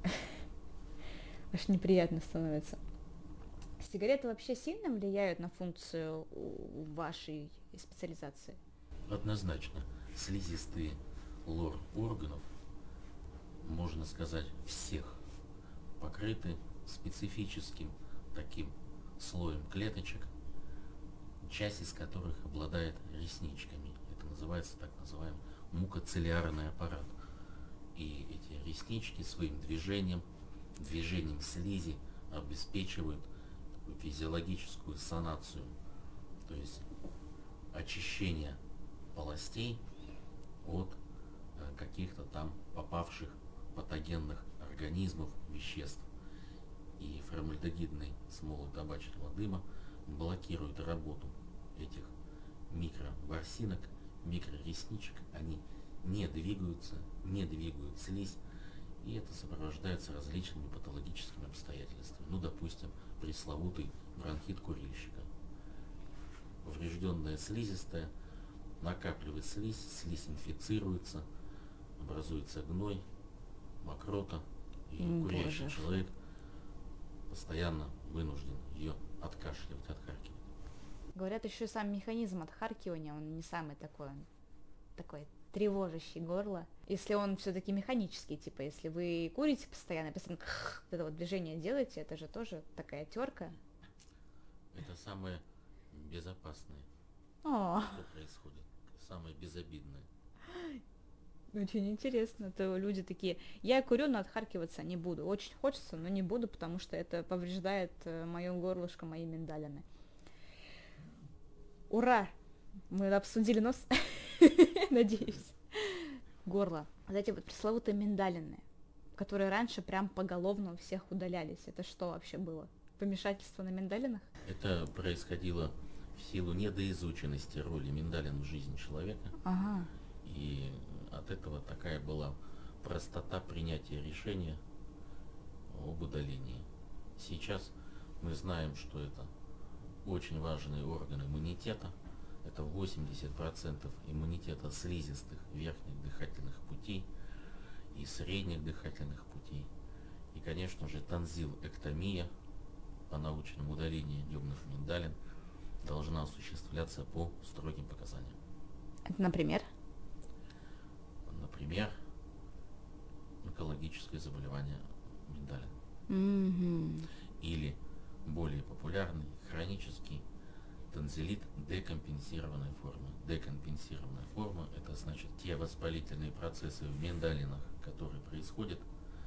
[SPEAKER 1] Аж неприятно становится. Сигареты вообще сильно влияют на функцию вашей специализации?
[SPEAKER 2] Однозначно. Слизистые лор органов, можно сказать, всех, покрыты специфическим таким слоем клеточек, часть из которых обладает ресничками. Это называется так называемый мукоцилиарный аппарат. И эти реснички своим движением, движением слизи обеспечивают такую физиологическую санацию, то есть очищение полостей от э, каких-то там попавших патогенных организмов, веществ. И формальдегидные смолы табачного дыма блокируют работу этих микроворсинок, микроресничек. Они не двигаются, не двигают слизь, и это сопровождается различными патологическими обстоятельствами. Ну, допустим, пресловутый бронхит курильщика. Поврежденная слизистая накапливает слизь, слизь инфицируется, образуется гной, мокрота, и
[SPEAKER 1] М,
[SPEAKER 2] курящий
[SPEAKER 1] боже.
[SPEAKER 2] человек постоянно вынужден ее откашливать, отхаркивать.
[SPEAKER 1] Говорят, еще сам механизм отхаркивания, он не самый такой, он такой тревожащий горло. Если он все-таки механический, типа, если вы курите постоянно, постоянно вот это вот движение делаете, это же тоже такая терка.
[SPEAKER 2] Это самое безопасное,
[SPEAKER 1] О,
[SPEAKER 2] что происходит, самое безобидное.
[SPEAKER 1] очень интересно. То люди такие, я курю, но отхаркиваться не буду. Очень хочется, но не буду, потому что это повреждает мое горлышко, мои миндалины. Ура! Мы обсудили нос, надеюсь. Горло. Вот эти вот пресловутые миндалины, которые раньше прям поголовно у всех удалялись. Это что вообще было? Помешательство на миндалинах?
[SPEAKER 2] Это происходило в силу недоизученности роли миндалин в жизни человека.
[SPEAKER 1] Ага.
[SPEAKER 2] И от этого такая была простота принятия решения об удалении. Сейчас мы знаем, что это очень важный орган иммунитета. Это восемьдесят процентов иммунитета слизистых верхних дыхательных путей и средних дыхательных путей. И, конечно же, тонзилэктомия, по-научному удаление небных миндалин, должна осуществляться по строгим показаниям.
[SPEAKER 1] Это, например?
[SPEAKER 2] Например, онкологическое заболевание миндалин.
[SPEAKER 1] Mm-hmm.
[SPEAKER 2] Или более популярный хронический тонзиллит декомпенсированной формы. Декомпенсированная форма – это значит те воспалительные процессы в миндалинах, которые происходят,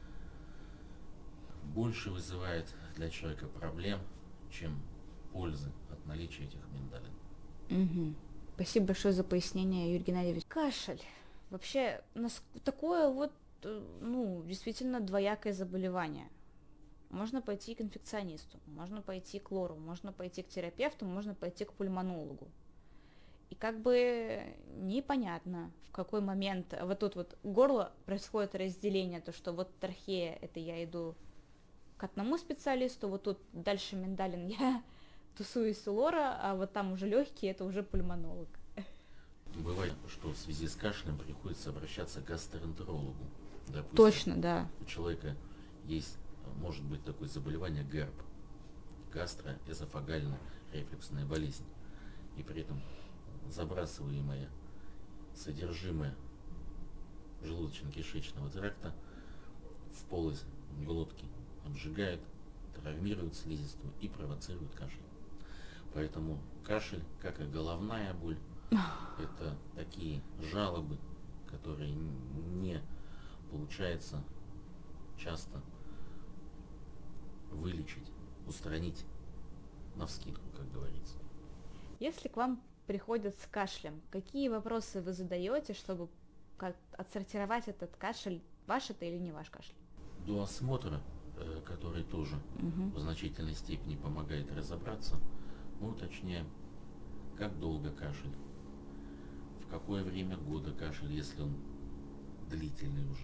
[SPEAKER 2] больше вызывает для человека проблем, чем пользы от наличия этих миндалин.
[SPEAKER 1] Угу. Спасибо большое за пояснение, Юрий Геннадьевич. Кашель. Вообще, нас такое вот, ну, действительно двоякое заболевание. Можно пойти к инфекционисту, можно пойти к лору, можно пойти к терапевту, можно пойти к пульмонологу. И как бы непонятно, в какой момент, вот тут вот горло происходит разделение, то что вот трахея, это я иду к одному специалисту, вот тут дальше миндалин, я тусуюсь у лора, а вот там уже легкие, это уже пульмонолог.
[SPEAKER 2] Бывает, что в связи с кашлем приходится обращаться к гастроэнтерологу. Допустим,
[SPEAKER 1] Точно, да.
[SPEAKER 2] У человека есть, может быть, такое заболевание ГЭРБ, гастроэзофагальная рефлюксная болезнь, и при этом забрасываемое содержимое желудочно-кишечного тракта в полость глотки обжигает, травмирует слизистую и провоцирует кашель. Поэтому кашель, как и головная боль, это такие жалобы, которые не получается часто вылечить, устранить навскидку, как говорится.
[SPEAKER 1] Если к вам приходят с кашлем, какие вопросы вы задаете, чтобы как отсортировать этот кашель, ваш это или не ваш кашель?
[SPEAKER 2] До осмотра, который тоже
[SPEAKER 1] угу.
[SPEAKER 2] в значительной степени помогает разобраться, мы уточняем, как долго кашель, в какое время года кашель, если он длительный уже,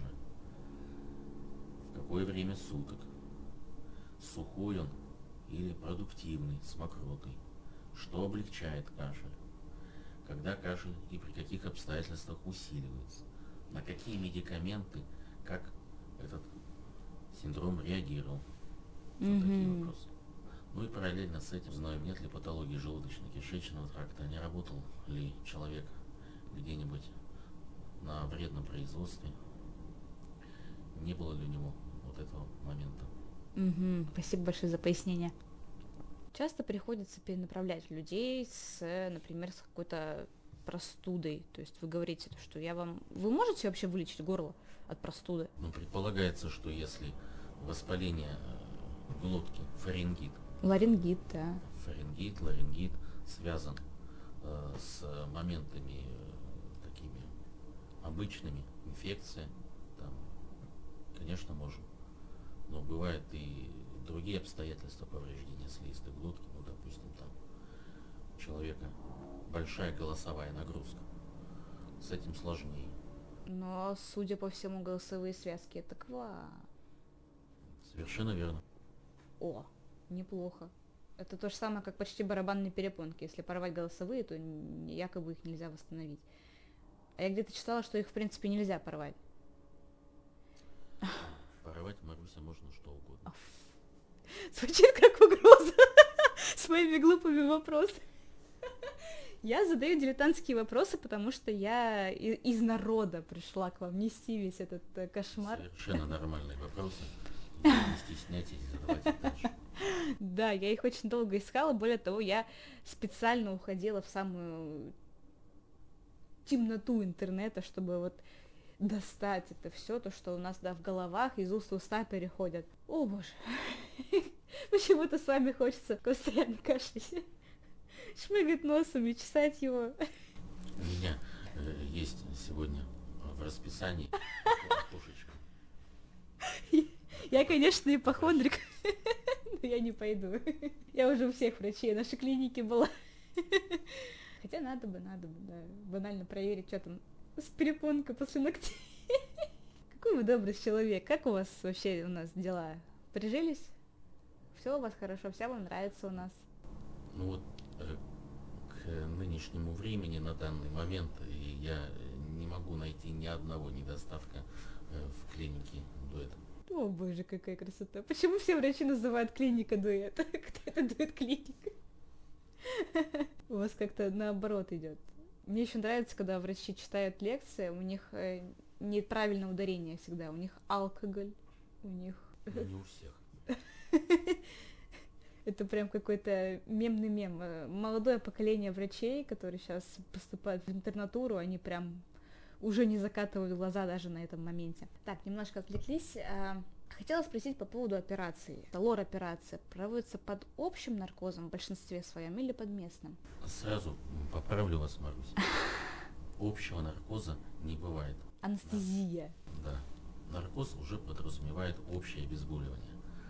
[SPEAKER 2] в какое время суток, сухой он или продуктивный, с мокротой, что облегчает кашель, когда кашель и при каких обстоятельствах усиливается, на какие медикаменты, как этот синдром реагировал.
[SPEAKER 1] Mm-hmm.
[SPEAKER 2] Вот такие вопросы. Ну и параллельно с этим знаем, нет ли патологии желудочно-кишечного тракта, не работал ли человек где-нибудь на вредном производстве, не было ли у него вот этого момента.
[SPEAKER 1] Mm-hmm. Спасибо большое за пояснение. Часто приходится перенаправлять людей с, например, с какой-то простудой. То есть вы говорите, что я вам... Вы можете вообще вылечить горло от простуды?
[SPEAKER 2] Ну, предполагается, что если воспаление глотки, фарингит.
[SPEAKER 1] Ларингит, да.
[SPEAKER 2] Фарингит, ларингит связан э, с моментами э, такими обычными, инфекция, там, конечно, можем. Но бывают и другие обстоятельства повреждения слизистой глотки, ну, допустим, там у человека большая голосовая нагрузка. С этим сложнее.
[SPEAKER 1] Но, судя по всему, голосовые связки это ква.
[SPEAKER 2] Совершенно верно.
[SPEAKER 1] О, неплохо. Это то же самое, как почти барабанные перепонки. Если порвать голосовые, то якобы их нельзя восстановить. А я где-то читала, что их в принципе нельзя порвать.
[SPEAKER 2] Маруся, можно что угодно.
[SPEAKER 1] Звучит как угроза с моими глупыми вопросами. Я задаю дилетантские вопросы, потому что я из народа пришла к вам нести весь этот кошмар.
[SPEAKER 2] Совершенно нормальные вопросы. Не стесняйтесь задавать их дальше.
[SPEAKER 1] Да, я их очень долго искала. Более того, я специально уходила в самую темноту интернета, чтобы вот достать это все, то, что у нас, да, в головах из уст в уста переходят. О, боже. Почему-то с вами хочется постоянно кашлять, шмыгать носом и чесать его.
[SPEAKER 2] У меня э, есть сегодня в расписании окошечко.
[SPEAKER 1] Я, конечно, ипохондрик, но я не пойду. Я уже у всех врачей нашей клиники была. Хотя надо бы, надо бы, да, банально проверить, что там с перепонкой после ногтей. Какой вы добрый человек. Как у вас вообще у нас дела? Прижились? Все у вас хорошо, вся вам нравится у нас?
[SPEAKER 2] Ну вот э, к нынешнему времени на данный момент я не могу найти ни одного недостатка э, в клинике дуэт.
[SPEAKER 1] О боже, какая красота. Почему все врачи называют клиника дуэт? Кто это дуэт клиника? У вас как-то наоборот идет. Мне еще нравится, когда врачи читают лекции, у них э, неправильное ударение всегда. У них алкоголь, у них...
[SPEAKER 2] Но не у всех.
[SPEAKER 1] Это прям какой-то мемный мем. Молодое поколение врачей, которые сейчас поступают в интернатуру, они прям уже не закатывают глаза даже на этом моменте. Так, немножко отвлеклись. Хотела спросить по поводу операции. Лор-операция проводится под общим наркозом в большинстве своем или под местным?
[SPEAKER 2] Сразу поправлю вас, Марусь. Общего наркоза не бывает.
[SPEAKER 1] Анестезия.
[SPEAKER 2] Да. Наркоз уже подразумевает общее обезболивание.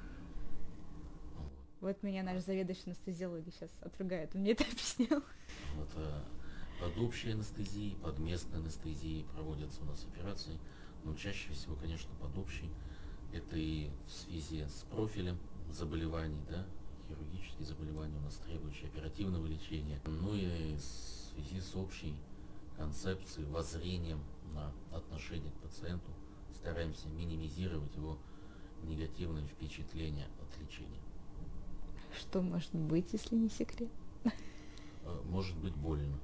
[SPEAKER 1] Вот меня наш заведующий анестезиологии сейчас отругает. Он мне это объяснял.
[SPEAKER 2] Вот, а, под общей анестезией, под местной анестезией проводятся у нас операции. Но чаще всего, конечно, под общей. Это и в связи с профилем заболеваний, да, хирургические заболевания у нас требующие оперативного лечения. Ну и в связи с общей концепцией, воззрением на отношение к пациенту стараемся минимизировать его негативные впечатления от лечения.
[SPEAKER 1] Что может быть, если не секрет?
[SPEAKER 2] Может быть больно.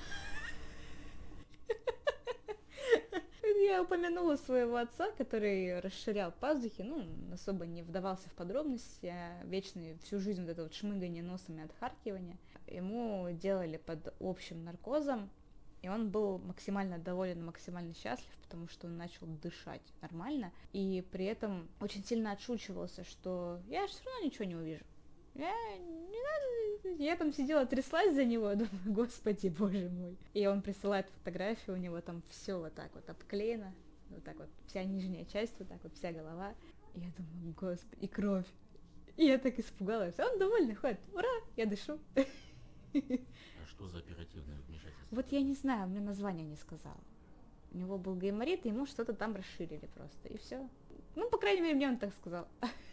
[SPEAKER 1] Я упомянула своего отца, который расширял пазухи, ну, особо не вдавался в подробности, а вечно всю жизнь вот это вот шмыгание носом и отхаркивание. Ему делали под общим наркозом, и он был максимально доволен, максимально счастлив, потому что он начал дышать нормально, и при этом очень сильно отшучивался, что я же все равно ничего не увижу. Я, не надо. Я там сидела, тряслась за него, думаю, господи, боже мой. И он присылает фотографию, у него там все вот так вот обклеено, вот так вот, вся нижняя часть, вот так вот, вся голова. И я думаю, господи, и кровь. И я так испугалась. Он довольный ходит, ура, я дышу.
[SPEAKER 2] А что за оперативное вмешательство?
[SPEAKER 1] Вот я не знаю, мне название не сказал. У него был гайморит, и ему что-то там расширили просто, и все. Ну, по крайней мере, мне он так сказал.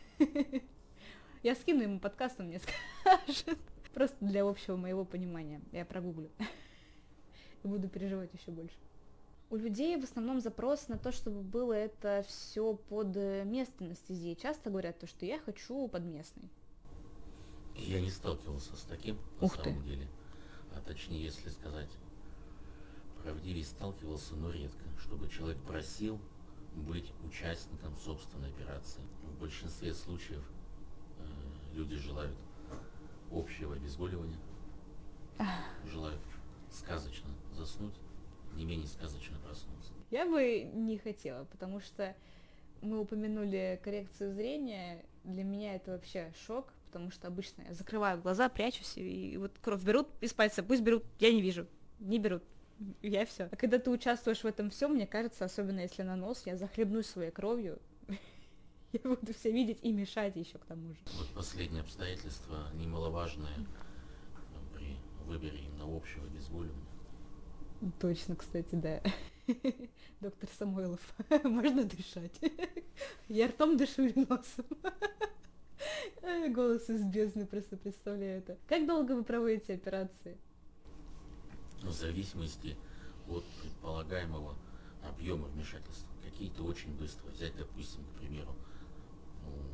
[SPEAKER 1] Я скину ему подкаст, он мне скажет. Просто для общего моего понимания. Я прогуглю. И буду переживать еще больше. У людей в основном запрос на то, чтобы было это все под местной анестезией. Часто говорят то, что я хочу под местной.
[SPEAKER 2] Я не сталкивался с таким, на
[SPEAKER 1] Ух
[SPEAKER 2] самом
[SPEAKER 1] ты.
[SPEAKER 2] деле. А точнее, если сказать правдивее, сталкивался, но редко, чтобы человек просил быть участником собственной операции. В большинстве случаев люди желают общего обезболивания, желают сказочно заснуть, не менее сказочно проснуться.
[SPEAKER 1] Я бы не хотела, потому что мы упомянули коррекцию зрения. Для меня это вообще шок, потому что обычно я закрываю глаза, прячусь, и вот кровь берут из пальца, пусть берут, я не вижу, не берут. Я все. А когда ты участвуешь в этом всем, мне кажется, особенно если на нос, я захлебнусь своей кровью. Я буду все видеть и мешать еще к тому же.
[SPEAKER 2] Вот последнее обстоятельство немаловажное при выборе именно общего обезболивания.
[SPEAKER 1] Точно, кстати, да. Доктор Самойлов, можно дышать? Я ртом дышу или носом? Голос из бездны, просто представляю это. Как долго вы проводите операции?
[SPEAKER 2] В зависимости от предполагаемого объема вмешательства. Какие-то очень быстро. Взять, допустим, к примеру,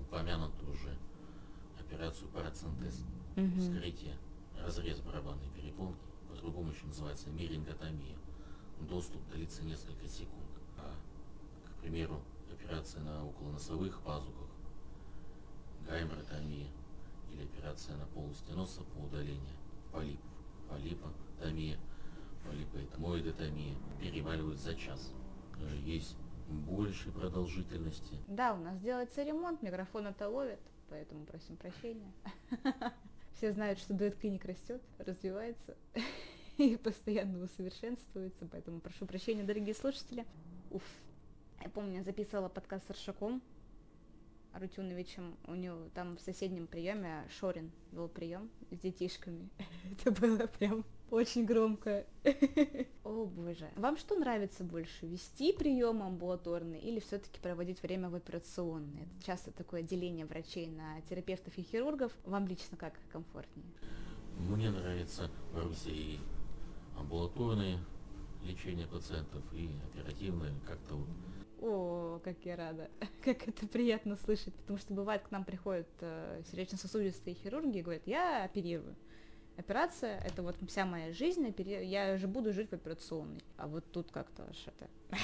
[SPEAKER 2] упомянутую уже операцию парацентез,
[SPEAKER 1] Мгм.
[SPEAKER 2] вскрытие, разрез барабанной перепонки, по-другому еще называется миринготомия, доступ длится несколько секунд. А, к примеру, операция на околоносовых пазухах, гайморотомия или операция на полости носа по удалению полипов, полипотомия, полипоэтмоидотомия переваливают за час. Э, Есть большей продолжительности.
[SPEAKER 1] Да, у нас делается ремонт, микрофон это ловит, поэтому просим прощения. Все знают, что дуэт клиник растет, развивается и постоянно усовершенствуется, поэтому прошу прощения, дорогие слушатели. Уф. Я помню, я записывала подкаст с Аршаком Арутюновичем. У него там в соседнем приеме Шорин вел прием с детишками. Это было прям очень громко. О боже. Вам что нравится больше? Вести прием амбулаторный или все-таки проводить время в операционной? Это часто такое деление врачей на терапевтов и хирургов. Вам лично как комфортнее?
[SPEAKER 2] Мне нравится Маруся и амбулаторное лечение пациентов, и оперативное как-то вот.
[SPEAKER 1] О, как я рада, как это приятно слышать, потому что бывает, к нам приходят э, сердечно-сосудистые хирурги и говорят, я оперирую. Операция — это вот вся моя жизнь, опери... я же буду жить в операционной. А вот тут как-то аж это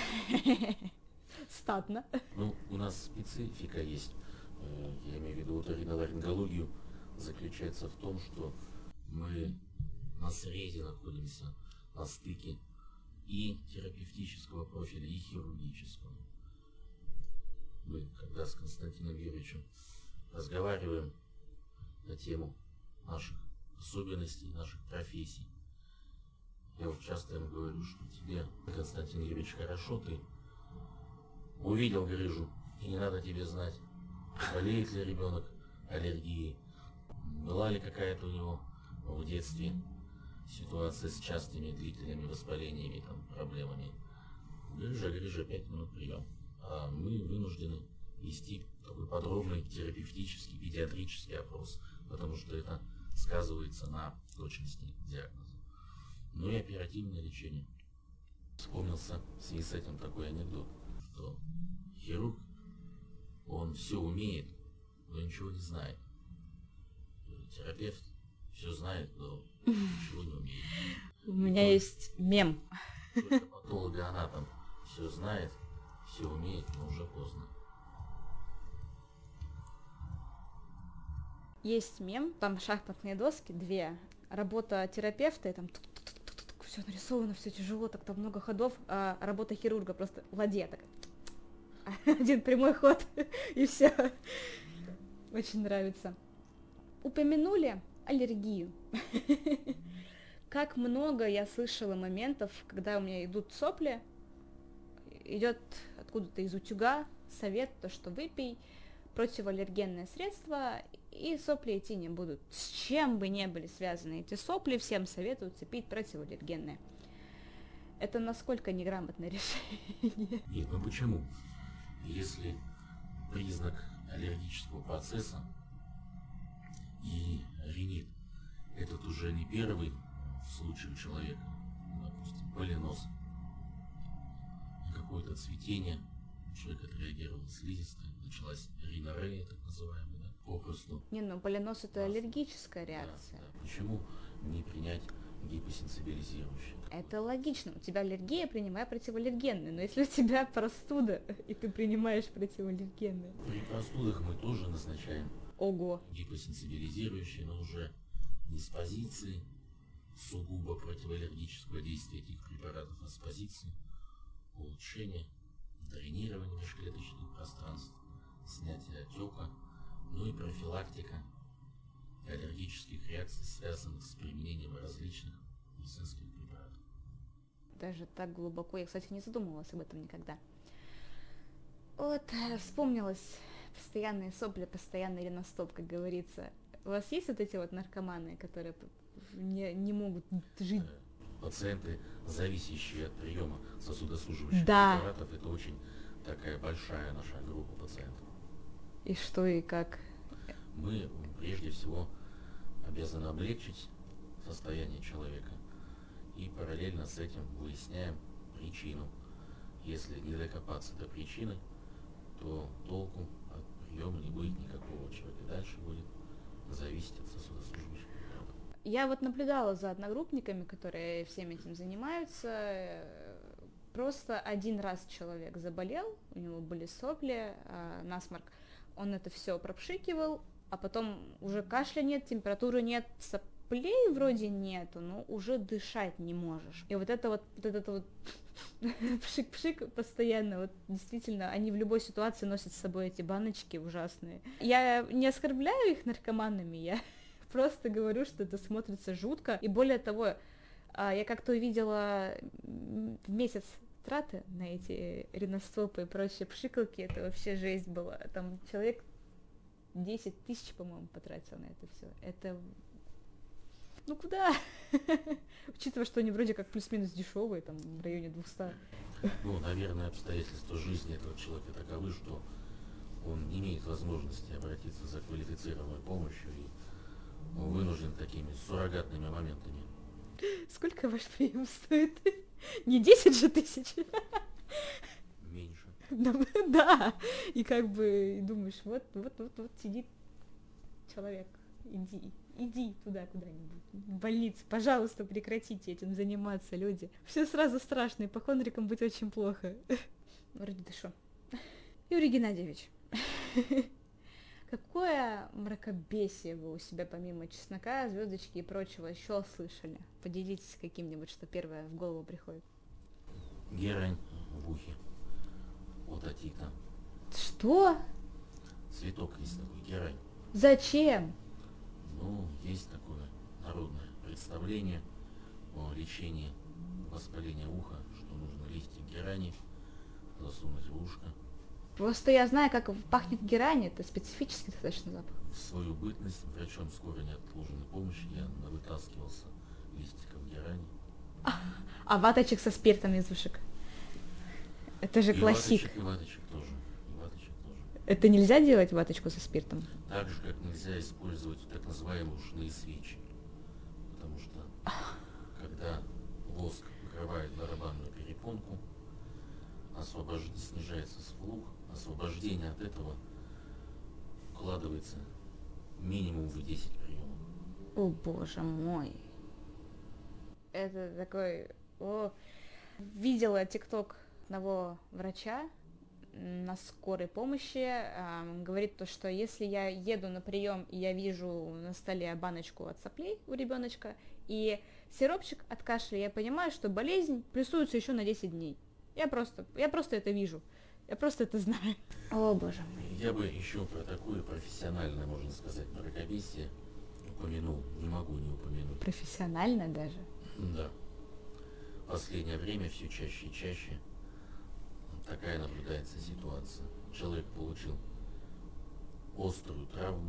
[SPEAKER 1] статно.
[SPEAKER 2] Ну, у нас специфика есть, э, я имею в виду оториноларингологию, заключается в том, что мы на срезе находимся, на стыке и терапевтического профиля, и хирургического. Мы, когда с Константином Юрьевичем разговариваем на тему наших особенностей, наших профессий, я вот часто им говорю, что тебе, Константин Юрьевич, хорошо, ты увидел грыжу, и не надо тебе знать, болеет ли ребенок аллергией, была ли какая-то у него в детстве ситуация с частыми длительными воспалениями, там, проблемами. Грыжа, грыжа, пять минут прием. А мы вынуждены вести такой подробный терапевтический, педиатрический опрос, потому что это сказывается на точности диагноза. Ну и оперативное лечение. Вспомнился в связи с этим такой анекдот, что хирург, он все умеет, но ничего не знает. Терапевт все знает, но ничего не умеет.
[SPEAKER 1] У меня есть мем.
[SPEAKER 2] Только патологоанатом все знает, все умеет, но уже поздно.
[SPEAKER 1] Есть мем, там шахматные доски, две. Работа терапевта, и там все нарисовано, все тяжело, так там много ходов, а работа хирурга просто ладья такая. Один прямой ход, и все. Очень нравится. Упомянули аллергию. Как много я слышала моментов, когда у меня идут сопли, идет откуда-то из утюга совет, то что выпей противоаллергенное средство, и сопли идти не будут. С чем бы ни были связаны эти сопли, всем советуют пить противоаллергенное. Это насколько неграмотное решение?
[SPEAKER 2] Нет, ну почему? Если признак аллергического процесса и ринит, этот уже не первый в случае у человека, допустим, поленос, какое-то цветение, человек отреагировал слизистой, началась ринорея, так называемая, да, попросту.
[SPEAKER 1] Не, ну поленос это аллергическая реакция.
[SPEAKER 2] Да, да. Почему не принять гипосенсибилизирующее?
[SPEAKER 1] Это логично. У тебя аллергия, принимай противоаллергенные. Но если у тебя простуда, и ты принимаешь противоаллергенные.
[SPEAKER 2] При простудах мы тоже назначаем
[SPEAKER 1] Ого.
[SPEAKER 2] гипосенсибилизирующие, но уже не с позиции сугубо противоаллергического действия этих препаратов, а с позиции улучшения дренирования межклеточных пространств, снятия отека, ну и профилактика аллергических реакций, связанных с применением различных медицинских препаратов.
[SPEAKER 1] Даже так глубоко. Я, кстати, не задумывалась об этом никогда. Вот, вспомнилась постоянные сопли, постоянный реностоп, как говорится. У вас есть вот эти вот наркоманы, которые не, не могут жить?
[SPEAKER 2] Пациенты, зависящие от приема сосудосуживающих
[SPEAKER 1] Да.
[SPEAKER 2] препаратов, это очень такая большая наша группа пациентов.
[SPEAKER 1] И что, и как?
[SPEAKER 2] Мы прежде всего обязаны облегчить состояние человека и параллельно с этим выясняем причину. Если не докопаться до причины, то толку от приема не будет никакого.
[SPEAKER 1] Я вот наблюдала за одногруппниками, которые всем этим занимаются. Просто один раз человек заболел, у него были сопли, насморк, он это все пропшикивал, а потом уже кашля нет, температуры нет, соплей вроде нету, но уже дышать не можешь. И вот это вот, вот это вот пшик-пшик постоянно, вот действительно, они в любой ситуации носят с собой эти баночки ужасные. Я не оскорбляю их наркоманами, я просто говорю, что это смотрится жутко, и более того, я как-то увидела в месяц траты на эти риностопы и прочие пшикалки, это вообще жесть была, там человек десять тысяч, по-моему, потратил на это все, это... Ну куда? Учитывая, что они вроде как плюс-минус дешевые, там в районе двухсот.
[SPEAKER 2] Ну, наверное, обстоятельства жизни этого человека таковы, что он не имеет возможности обратиться за квалифицированной помощью, и он вынужден такими суррогатными моментами.
[SPEAKER 1] Сколько ваш прием стоит? Не десять же тысяч?
[SPEAKER 2] Меньше.
[SPEAKER 1] Да, и как бы думаешь, вот, вот, вот, вот сидит человек, иди, иди туда куда-нибудь, в больницу, пожалуйста, прекратите этим заниматься, люди. Все сразу страшно, ипохондрикам быть очень плохо. Вроде дышу. Юрий Геннадьевич, какое мракобесие вы у себя помимо чеснока, звездочки и прочего еще слышали? Поделитесь каким-нибудь, что первое в голову приходит.
[SPEAKER 2] Герань в ухе. Отатита.
[SPEAKER 1] Что?
[SPEAKER 2] Цветок есть такой, герань.
[SPEAKER 1] Зачем?
[SPEAKER 2] Ну, есть такое народное представление о лечении воспаления уха, что нужно листья герани засунуть в ушко.
[SPEAKER 1] Просто я знаю, как пахнет герань, это специфический достаточно запах.
[SPEAKER 2] В свою бытность врачом скорой неотложной помощи я навытаскивался листиков герани.
[SPEAKER 1] А, а ваточек со спиртом из ушек? Это же
[SPEAKER 2] и
[SPEAKER 1] классик.
[SPEAKER 2] Ваточек, и ваточек тоже. И ваточек тоже.
[SPEAKER 1] Это нельзя делать ваточку со спиртом?
[SPEAKER 2] Так же, как нельзя использовать так называемые ушные свечи. Потому что, когда воск покрывает барабанную перепонку, освобож... снижается слух, освобождение от этого укладывается минимум в десять приемов.
[SPEAKER 1] О, боже мой. Это такой... О. Видела тикток одного врача на скорой помощи. Э, говорит то, что если я еду на прием и я вижу на столе баночку от соплей у ребеночка и сиропчик от кашля, я понимаю, что болезнь плюсуется еще на десять дней. Я просто, я просто это вижу. Я просто это знаю. О, боже мой.
[SPEAKER 2] Я бы еще про такое профессиональное, можно сказать, мракобесие упомянул. Не могу не упомянуть.
[SPEAKER 1] Профессионально даже?
[SPEAKER 2] Да. В последнее время все чаще и чаще такая наблюдается ситуация. Человек получил острую травму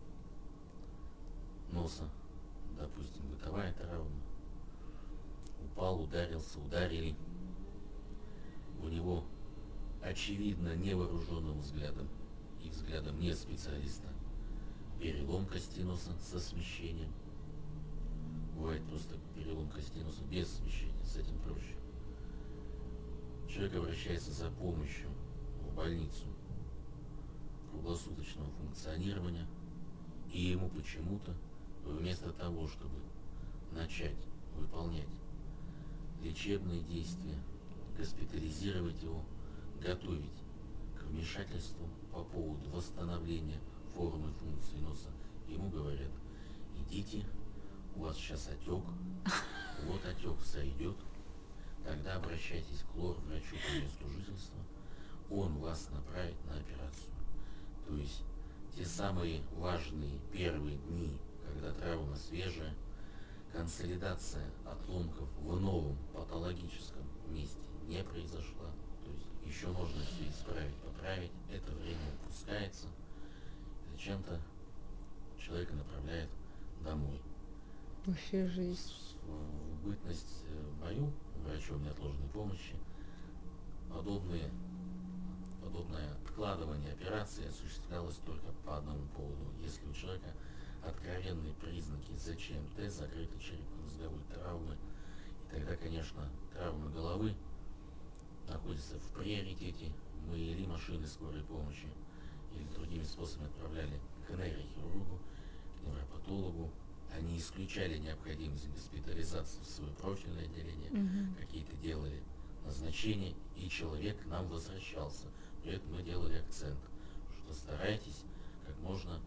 [SPEAKER 2] носа, допустим, бытовая травма. Упал, ударился, ударили. У него очевидно невооруженным взглядом и взглядом не специалиста перелом кости носа со смещением. Бывает просто перелом кости носа без смещения, с этим проще. Человек обращается за помощью в больницу круглосуточного функционирования, и ему почему-то вместо того, чтобы начать выполнять лечебные действия, госпитализировать его, готовить к вмешательству по поводу восстановления формы функции носа, ему говорят: идите, у вас сейчас отек, вот отек сойдет, тогда обращайтесь к лор-врачу по месту жительства, он вас направит на операцию. То есть те самые важные первые дни, когда травма свежая, консолидация отломков в новом патологическом месте не произошла. То есть еще можно все исправить, поправить, это время упускается, зачем-то человека направляет домой.
[SPEAKER 1] Вообще жизнь.
[SPEAKER 2] В бытность мою врачом неотложной помощи подобные, подобное откладывание операции осуществлялось только по одному поводу. Если у человека откровенные признаки ЗЧМТ, закрытой черепно-мозговой травмы, и тогда, конечно, травма головы находится в приоритете. Мы или машины скорой помощи, или другими способами отправляли к нейрохирургу, к невропатологу, они исключали необходимость госпитализации в свое профильное отделение,
[SPEAKER 1] Мгм.
[SPEAKER 2] какие-то делали назначения, и человек к нам возвращался. При этом мы делали акцент, что старайтесь как можно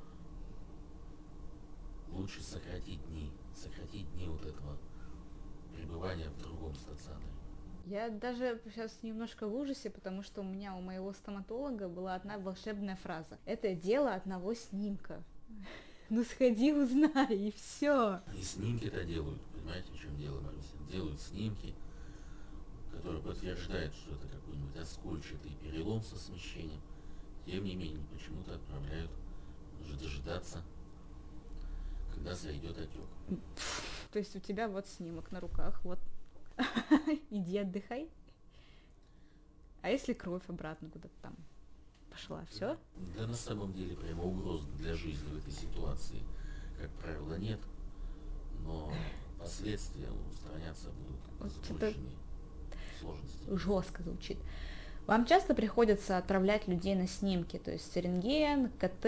[SPEAKER 2] лучше сократить дни, сократить дни вот этого пребывания в другом стационаре.
[SPEAKER 1] Я даже сейчас немножко в ужасе, потому что у меня, у моего стоматолога была одна волшебная фраза. Это дело одного снимка. Ну сходи, узнай, и все.
[SPEAKER 2] И снимки-то делают, понимаете, в чем дело, Маруся? Делают снимки, которые подтверждают, что это какой-нибудь оскольчатый перелом со смещением. Тем не менее, почему-то отправляют уже дожидаться, когда сойдет отек.
[SPEAKER 1] То есть у тебя вот снимок на руках, вот. Иди отдыхай. А если кровь обратно куда-то там пошла, все?
[SPEAKER 2] Да на самом деле прямо угроз для жизни в этой ситуации, как правило, нет, но последствия устраняться будут
[SPEAKER 1] Вот
[SPEAKER 2] с
[SPEAKER 1] что-то
[SPEAKER 2] большими сложностями.
[SPEAKER 1] жестко звучит. Вам часто приходится отправлять людей на снимки, то есть рентген, КТ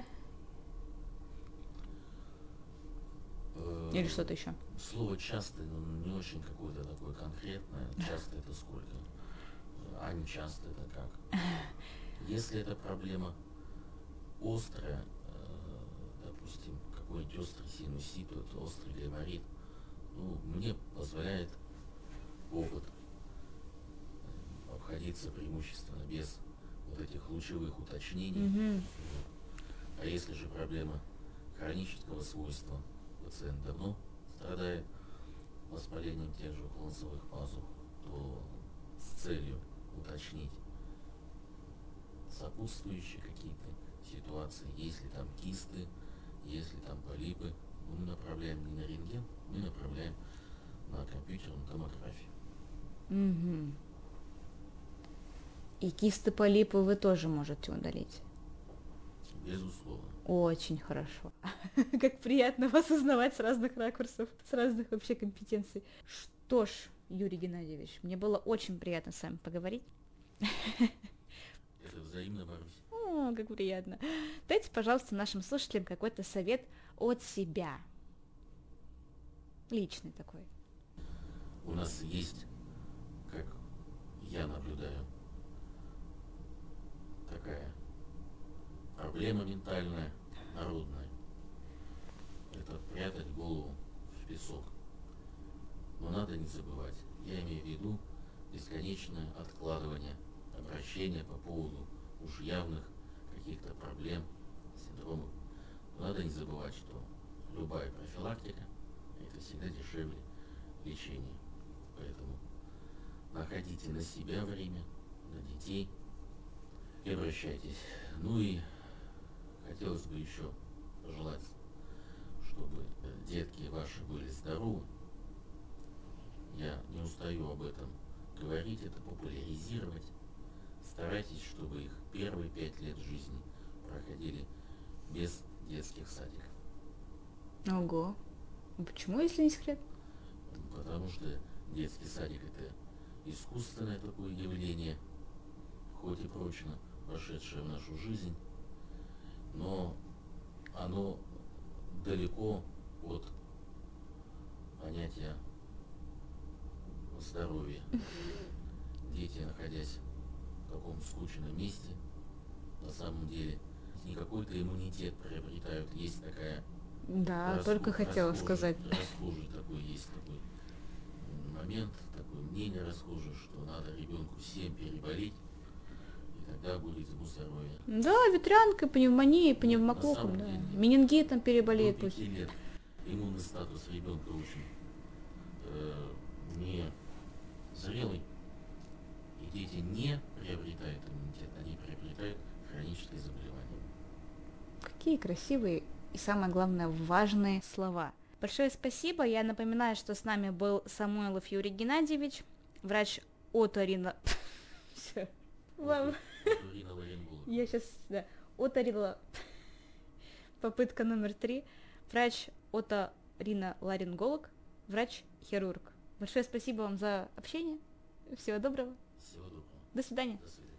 [SPEAKER 2] Э,
[SPEAKER 1] или что-то еще?
[SPEAKER 2] Слово часто, ну, не очень какое-то такое конкретное. Часто это сколько? А не часто это как? Если эта проблема острая, э, допустим, какой-нибудь острый синусит, вот острый гайморит, ну, мне позволяет опыт э, обходиться преимущественно без вот этих лучевых уточнений.
[SPEAKER 1] Мгм.
[SPEAKER 2] А если же проблема хронического свойства, пациент давно страдает воспалением тех же голосовых пазух, то с целью уточнить сопутствующие какие-то ситуации, если там кисты, если там полипы, мы направляем не на рентген, мы направляем на компьютерную томографию.
[SPEAKER 1] Мгм. И кисты, полипы вы тоже можете удалить.
[SPEAKER 2] Безусловно.
[SPEAKER 1] Очень хорошо. Как приятно вас узнавать с разных ракурсов, с разных вообще компетенций. Что ж, Юрий Геннадьевич, мне было очень приятно с вами поговорить.
[SPEAKER 2] Это взаимно, Марусь.
[SPEAKER 1] О, как приятно. Дайте, пожалуйста, нашим слушателям какой-то совет от себя. Личный такой.
[SPEAKER 2] У нас есть, как я наблюдаю, такая проблема ментальная, народная. Это прятать голову в песок. Но надо не забывать, я имею в виду бесконечное откладывание обращения по поводу уж явных каких-то проблем, синдромов. Но надо не забывать, что любая профилактика – это всегда дешевле лечения. Поэтому находите на себя время, на детей и обращайтесь. Ну и хотелось бы еще пожелать, чтобы детки ваши были здоровы. Я не устаю об этом говорить, это популяризировать. Старайтесь, чтобы их первые пять лет жизни проходили без детских садиков.
[SPEAKER 1] Ого. А почему, если не секрет?
[SPEAKER 2] Потому что детский садик это искусственное такое явление, хоть и прочно вошедшее в нашу жизнь, но оно далеко от понятия здоровья. Дети, находясь в таком скучном месте, на самом деле не какой-то иммунитет приобретают. Есть такая
[SPEAKER 1] Да,
[SPEAKER 2] расхож-
[SPEAKER 1] только хотела
[SPEAKER 2] расхожий-
[SPEAKER 1] сказать.
[SPEAKER 2] расхожий такой есть такой момент, такое мнение расхожее, что надо ребенку семь переболеть, и тогда будет ему здоровье.
[SPEAKER 1] Да, ветрянкой, пневмонией,
[SPEAKER 2] На
[SPEAKER 1] пневмококком,
[SPEAKER 2] самом
[SPEAKER 1] да.
[SPEAKER 2] деле нет.
[SPEAKER 1] Менингитом переболеет
[SPEAKER 2] До
[SPEAKER 1] пусть.
[SPEAKER 2] пяти лет иммунный статус ребенка очень э, не зрелый, и дети не приобретают иммунитет, они приобретают хронические заболевания.
[SPEAKER 1] Какие красивые и, самое главное, важные слова. Большое спасибо. Я напоминаю, что с нами был Самойлов Юрий Геннадьевич, врач оторино... Всё. Ладно.
[SPEAKER 2] Оториноларинголог.
[SPEAKER 1] Я сейчас, да, оторила... Попытка номер три. Врач оториноларинголог, врач-хирург. Большое спасибо вам за общение. Всего доброго.
[SPEAKER 2] Всего доброго.
[SPEAKER 1] До свидания.
[SPEAKER 2] До свидания.